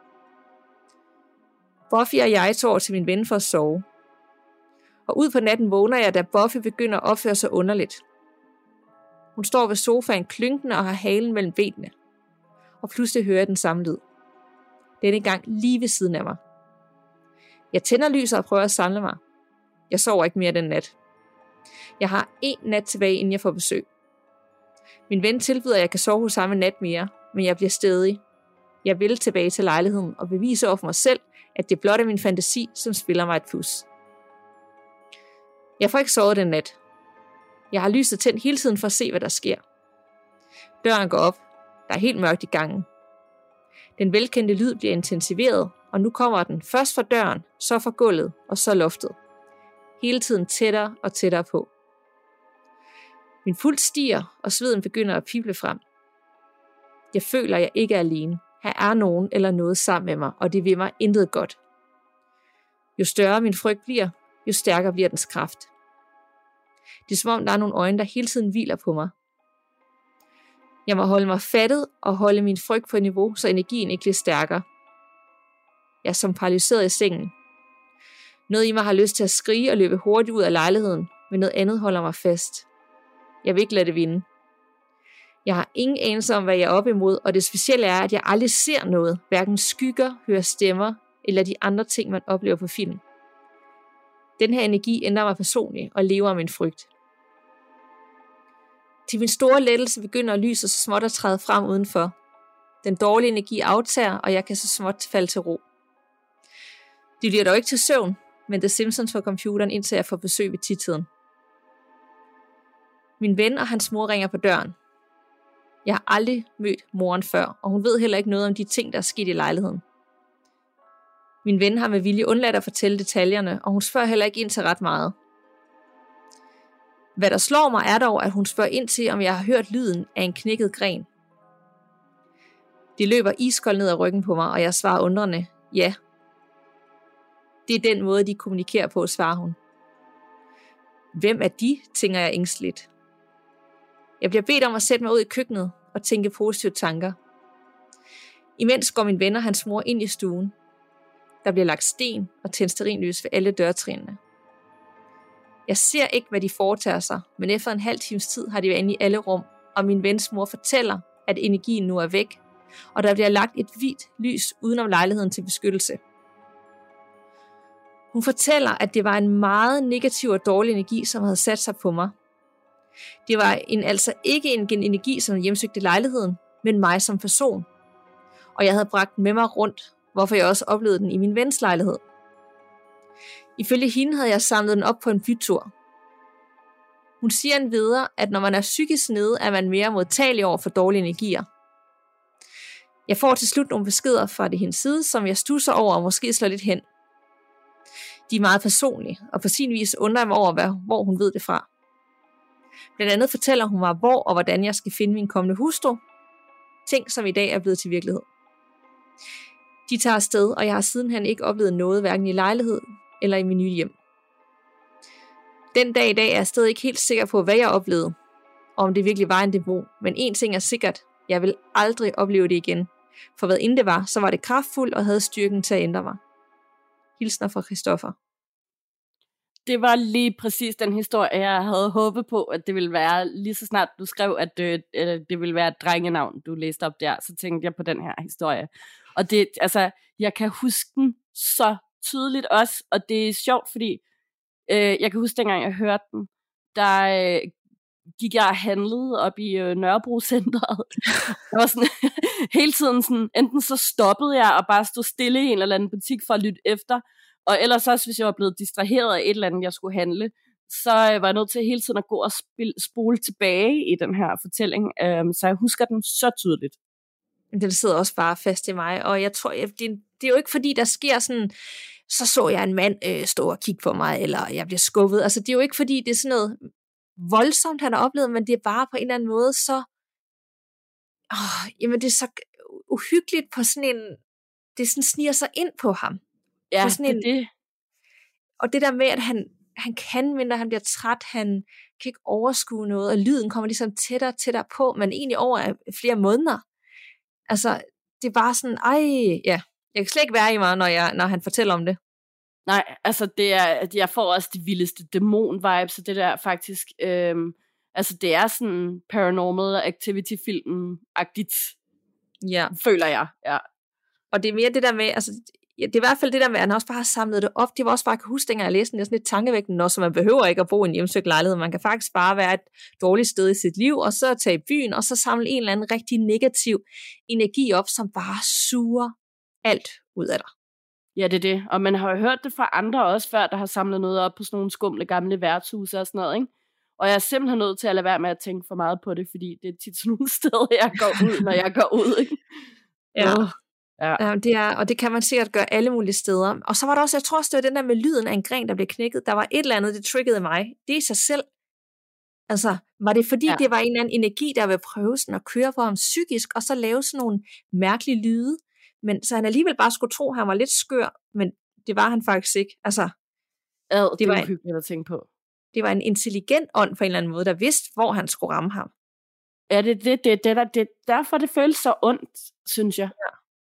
Buffy og jeg tog over til min ven for at sove. Og ud på natten vågner jeg, da Buffy begynder at opføre sig underligt. Hun står ved sofaen klynkende og har halen mellem benene. Og pludselig hører jeg den samme lyd. Denne gang lige ved siden af mig. Jeg tænder lyset og prøver at samle mig. Jeg sover ikke mere den nat. Jeg har 1 nat tilbage, inden jeg får besøg. Min ven tilbyder, at jeg kan sove hos ham en nat mere, men jeg bliver stædig. Jeg vil tilbage til lejligheden og bevise over for mig selv, at det blot er min fantasi, som spiller mig et pus. Jeg får ikke sovet den nat. Jeg har lyset tændt hele tiden for at se, hvad der sker. Døren går op. Der er helt mørkt i gangen. Den velkendte lyd bliver intensiveret, og nu kommer den først fra døren, så fra gulvet og så loftet. Hele tiden tættere og tættere på. Min puls stiger, og sveden begynder at pible frem. Jeg føler, at jeg ikke er alene. Her er nogen eller noget sammen med mig, og det vil mig intet godt. Jo større min frygt bliver, jo stærkere bliver dens kraft. Det er som om, der er nogle øjne, der hele tiden hviler på mig. Jeg må holde mig fattet og holde min frygt på et niveau, så energien ikke bliver stærkere. Jeg er som paralyseret i sengen. Noget i mig har lyst til at skrige og løbe hurtigt ud af lejligheden, men noget andet holder mig fast. Jeg vil ikke lade det vinde. Jeg har ingen anelse om, hvad jeg er op imod, og det specielle er, at jeg aldrig ser noget, hverken skygger, hører stemmer eller de andre ting, man oplever på film. Den her energi ændrer mig personligt og lever af min frygt. Til min store lettelse begynder lyset så småt at træde frem udenfor. Den dårlige energi aftager, og jeg kan så småt falde til ro. Det bliver dog ikke til søvn, men The Simpsons får computeren, indtil jeg får besøg ved 10-tiden. Min ven og hans mor ringer på døren. Jeg har aldrig mødt moren før, og hun ved heller ikke noget om de ting, der er sket i lejligheden. Min ven har med vilje undladt at fortælle detaljerne, og hun spørger heller ikke ind til ret meget. Hvad der slår mig er dog, at hun spørger ind til, om jeg har hørt lyden af en knækket gren. Det løber iskoldt ned ad ryggen på mig, og jeg svarer undrende, ja. Det er den måde, de kommunikerer på, svarer hun. Hvem er de, tænker jeg ængsteligt. Jeg bliver bedt om at sætte mig ud i køkkenet og tænke positive tanker. Imens går min ven og hans mor ind i stuen. Der bliver lagt sten og tændt stearinlys ved alle dørtrinene. Jeg ser ikke, hvad de foretager sig, men efter en halv times tid har de været inde i alle rum, og min vens mor fortæller, at energien nu er væk, og der bliver lagt et hvidt lys udenom lejligheden til beskyttelse. Hun fortæller, at det var en meget negativ og dårlig energi, som havde sat sig på mig. Det var altså ikke en energi, som hjemsøgte lejligheden, men mig som person. Og jeg havde bragt den med mig rundt, hvorfor jeg også oplevede den i min vens lejlighed. Ifølge hende havde jeg samlet den op på en bytur. Hun siger endvidere, at når man er psykisk nede, er man mere modtagelig over for dårlige energier. Jeg får til slut nogle beskeder fra det hendes side, som jeg stusser over og måske slår lidt hen. De er meget personlige, og på sin vis undrer jeg mig over, hvor hun ved det fra. Blandt andet fortæller hun mig, hvor og hvordan jeg skal finde min kommende hustru. Ting, som i dag er blevet til virkelighed. De tager afsted, og jeg har sidenhen ikke oplevet noget, hverken i lejlighed eller i min nye hjem. Den dag i dag er jeg stadig ikke helt sikker på, hvad jeg oplevede, og om det virkelig var en dæmon. Men en ting er sikkert, jeg vil aldrig opleve det igen. For hvad end det var, så var det kraftfuldt og havde styrken til at ændre mig. Hilsner fra Christoffer. det var lige præcis den historie, jeg havde håbet på, at det ville være. Lige så snart du skrev, at det ville være et drengenavn, du læste op der, så tænkte jeg på den her historie. Og det, altså, jeg kan huske den så tydeligt også, og det er sjovt, fordi jeg kan huske, dengang jeg hørte den, der gik jeg og handlede op i Nørrebro-centret. Jeg var sådan, hele tiden sådan, enten så stoppede jeg og bare stod stille i en eller anden butik for at lytte efter, og ellers også, hvis jeg var blevet distraheret af et eller andet, jeg skulle handle, så var jeg nødt til hele tiden at gå og spole tilbage i den her fortælling. Så jeg husker den så tydeligt. Det sidder også bare fast i mig, og jeg tror, det er jo ikke fordi, der sker sådan, så jeg en mand stå og kigge på mig, eller jeg bliver skubbet. Altså, det er jo ikke fordi, det er sådan noget voldsomt, han har oplevet, men det er bare på en eller anden måde så, jamen det er så uhyggeligt på sådan en, det sådan sniger sig ind på ham. Ja, på sådan det. Og det der med, at han kan mindre, han bliver træt, han kan ikke overskue noget, og lyden kommer ligesom tættere og tættere på, men egentlig over flere måneder. Altså, det er bare sådan, ja, jeg kan slet ikke være i mig, når han fortæller om det. Nej, altså det er, jeg får også de vildeste dæmon-vibes, så det der faktisk, altså det er sådan Paranormal Activity-film-agtigt, ja. Føler jeg, ja. Og det er mere det der med, altså, det er i hvert fald det der med, at han også bare har samlet det op. Det var også bare, jeg kan huske, dengang jeg læste den, det er sådan lidt tankevækkende, så man behøver ikke at bo i en hjemsøgt lejlighed. Man kan faktisk bare være et dårligt sted i sit liv, og så tage i byen, og så samle en eller anden rigtig negativ energi op, som bare suger alt ud af dig. Ja, det er det. Og man har jo hørt det fra andre også før, der har samlet noget op på sådan nogle skumle gamle værtshuse og sådan noget, ikke? Og jeg er simpelthen nødt til at lade være med at tænke for meget på det, fordi det er tit sådan nogle steder, jeg går ud, når jeg går ud, ikke? Ja. Ja. Og det kan man sikkert gøre alle mulige steder. Og så var der også, jeg tror også, det var den der med lyden af en gren, der blev knækket. Der var et eller andet, det triggede mig. Det i sig selv. Altså, var det fordi, det var en eller anden energi, der ville prøve sådan at køre på ham psykisk, og så lave sådan nogle mærkelige lyde. Men så han alligevel bare skulle tro, at han var lidt skør, men det var han faktisk ikke. Altså, det var uhyggeligt at tænke på. Det var en intelligent ånd på en eller anden måde, der vidste, hvor han skulle ramme ham. Ja, det er derfor, det føles så ondt, synes jeg.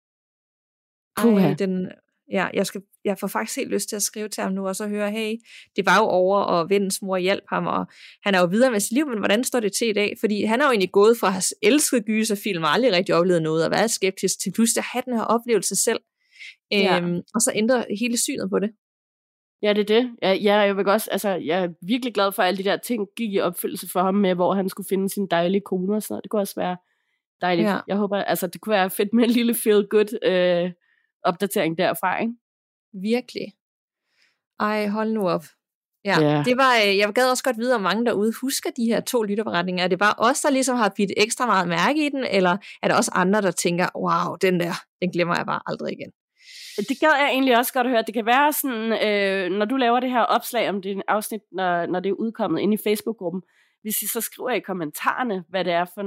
Ja. Jeg får faktisk helt lyst til at skrive til ham nu, og så høre, hey, det var jo over, og vennens mor hjalp ham, og han er jo videre med sit liv, men hvordan står det til i dag? Fordi han er jo egentlig gået fra at have elsket gyserfilm, og aldrig rigtig oplevet noget, og været skeptisk, til pludselig at have den her oplevelse selv, og så ændrer hele synet på det. Ja, det er det. Jeg vil også, altså, jeg er virkelig glad for, at alle de der ting gik i opfyldelse for ham med, hvor han skulle finde sin dejlige kone og sådan noget. Det kunne også være dejligt. Ja. Jeg håber, altså, det kunne være fedt med en lille feel-good opdatering derfra, ikke? Virkelig. Ej, hold nu op. Ja, det var, jeg gad også godt vide, om mange derude husker de her 2 lytterberetninger. Er det bare os, der ligesom har bidt ekstra meget mærke i den, eller er der også andre, der tænker, wow, den glemmer jeg bare aldrig igen? Det gad jeg egentlig også godt at høre. Det kan være sådan, når du laver det her opslag om det afsnit, når det er udkommet inde i Facebook-gruppen, hvis I så skriver i kommentarerne, hvad det er for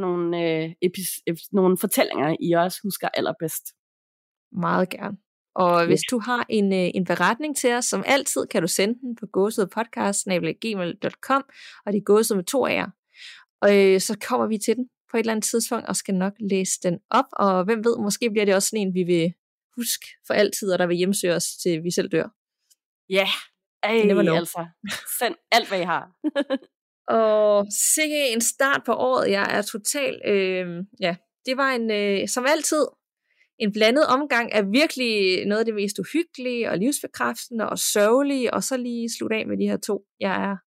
nogle fortællinger, I også husker allerbedst. Meget gerne. Og hvis du har en beretning til os, som altid, kan du sende den på gåsehudpodcast@gmail.com, og det er gåsehud med 2 A'er. Og så kommer vi til den på et eller andet tidspunkt, og skal nok læse den op, og hvem ved, måske bliver det også sådan en, vi vil huske for altid, og der vil hjemsøge os, til vi selv dør. Ja, altså. Send alt, hvad I har. Og sikke en start på året. Jeg er totalt, det var som altid, en blandet omgang af virkelig noget af det mest uhyggelige og livsbekræftende og sørgelige, og så lige slutte af med de her 2. Jeg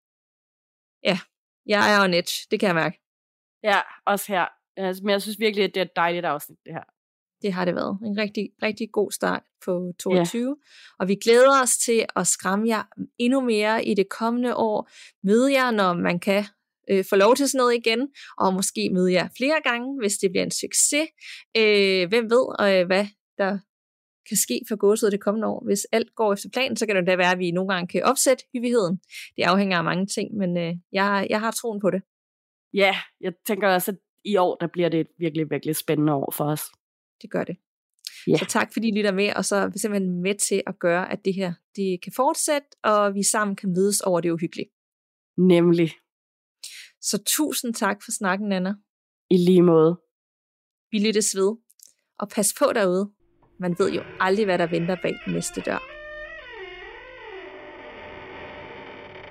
er on edge, det kan jeg mærke. Ja, også her. Men jeg synes virkelig, at det er et dejligt afsnit, det her. Det har det været. En rigtig, rigtig god start på 22. Og vi glæder os til at skræmme jer endnu mere i det kommende år. Møde jer, når man kan få lov til sådan noget igen, og måske møde jer flere gange, hvis det bliver en succes. Hvem ved, hvad der kan ske for gåsehud det kommende år. Hvis alt går efter planen, så kan det da være, at vi nogle gange kan opsætte hyppigheden. Det afhænger af mange ting, men jeg har troen på det. Ja, jeg tænker også, at i år, der bliver det et virkelig, virkelig spændende år for os. Det gør det. Så tak fordi I lytter med, og så er vi simpelthen med til at gøre, at det her det kan fortsætte, og vi sammen kan mødes over det uhyggelige. Nemlig. Så tusind tak for snakken, Anna. I lige måde. Vi lyttes ved, og pas på derude. Man ved jo aldrig, hvad der venter bag den næste dør.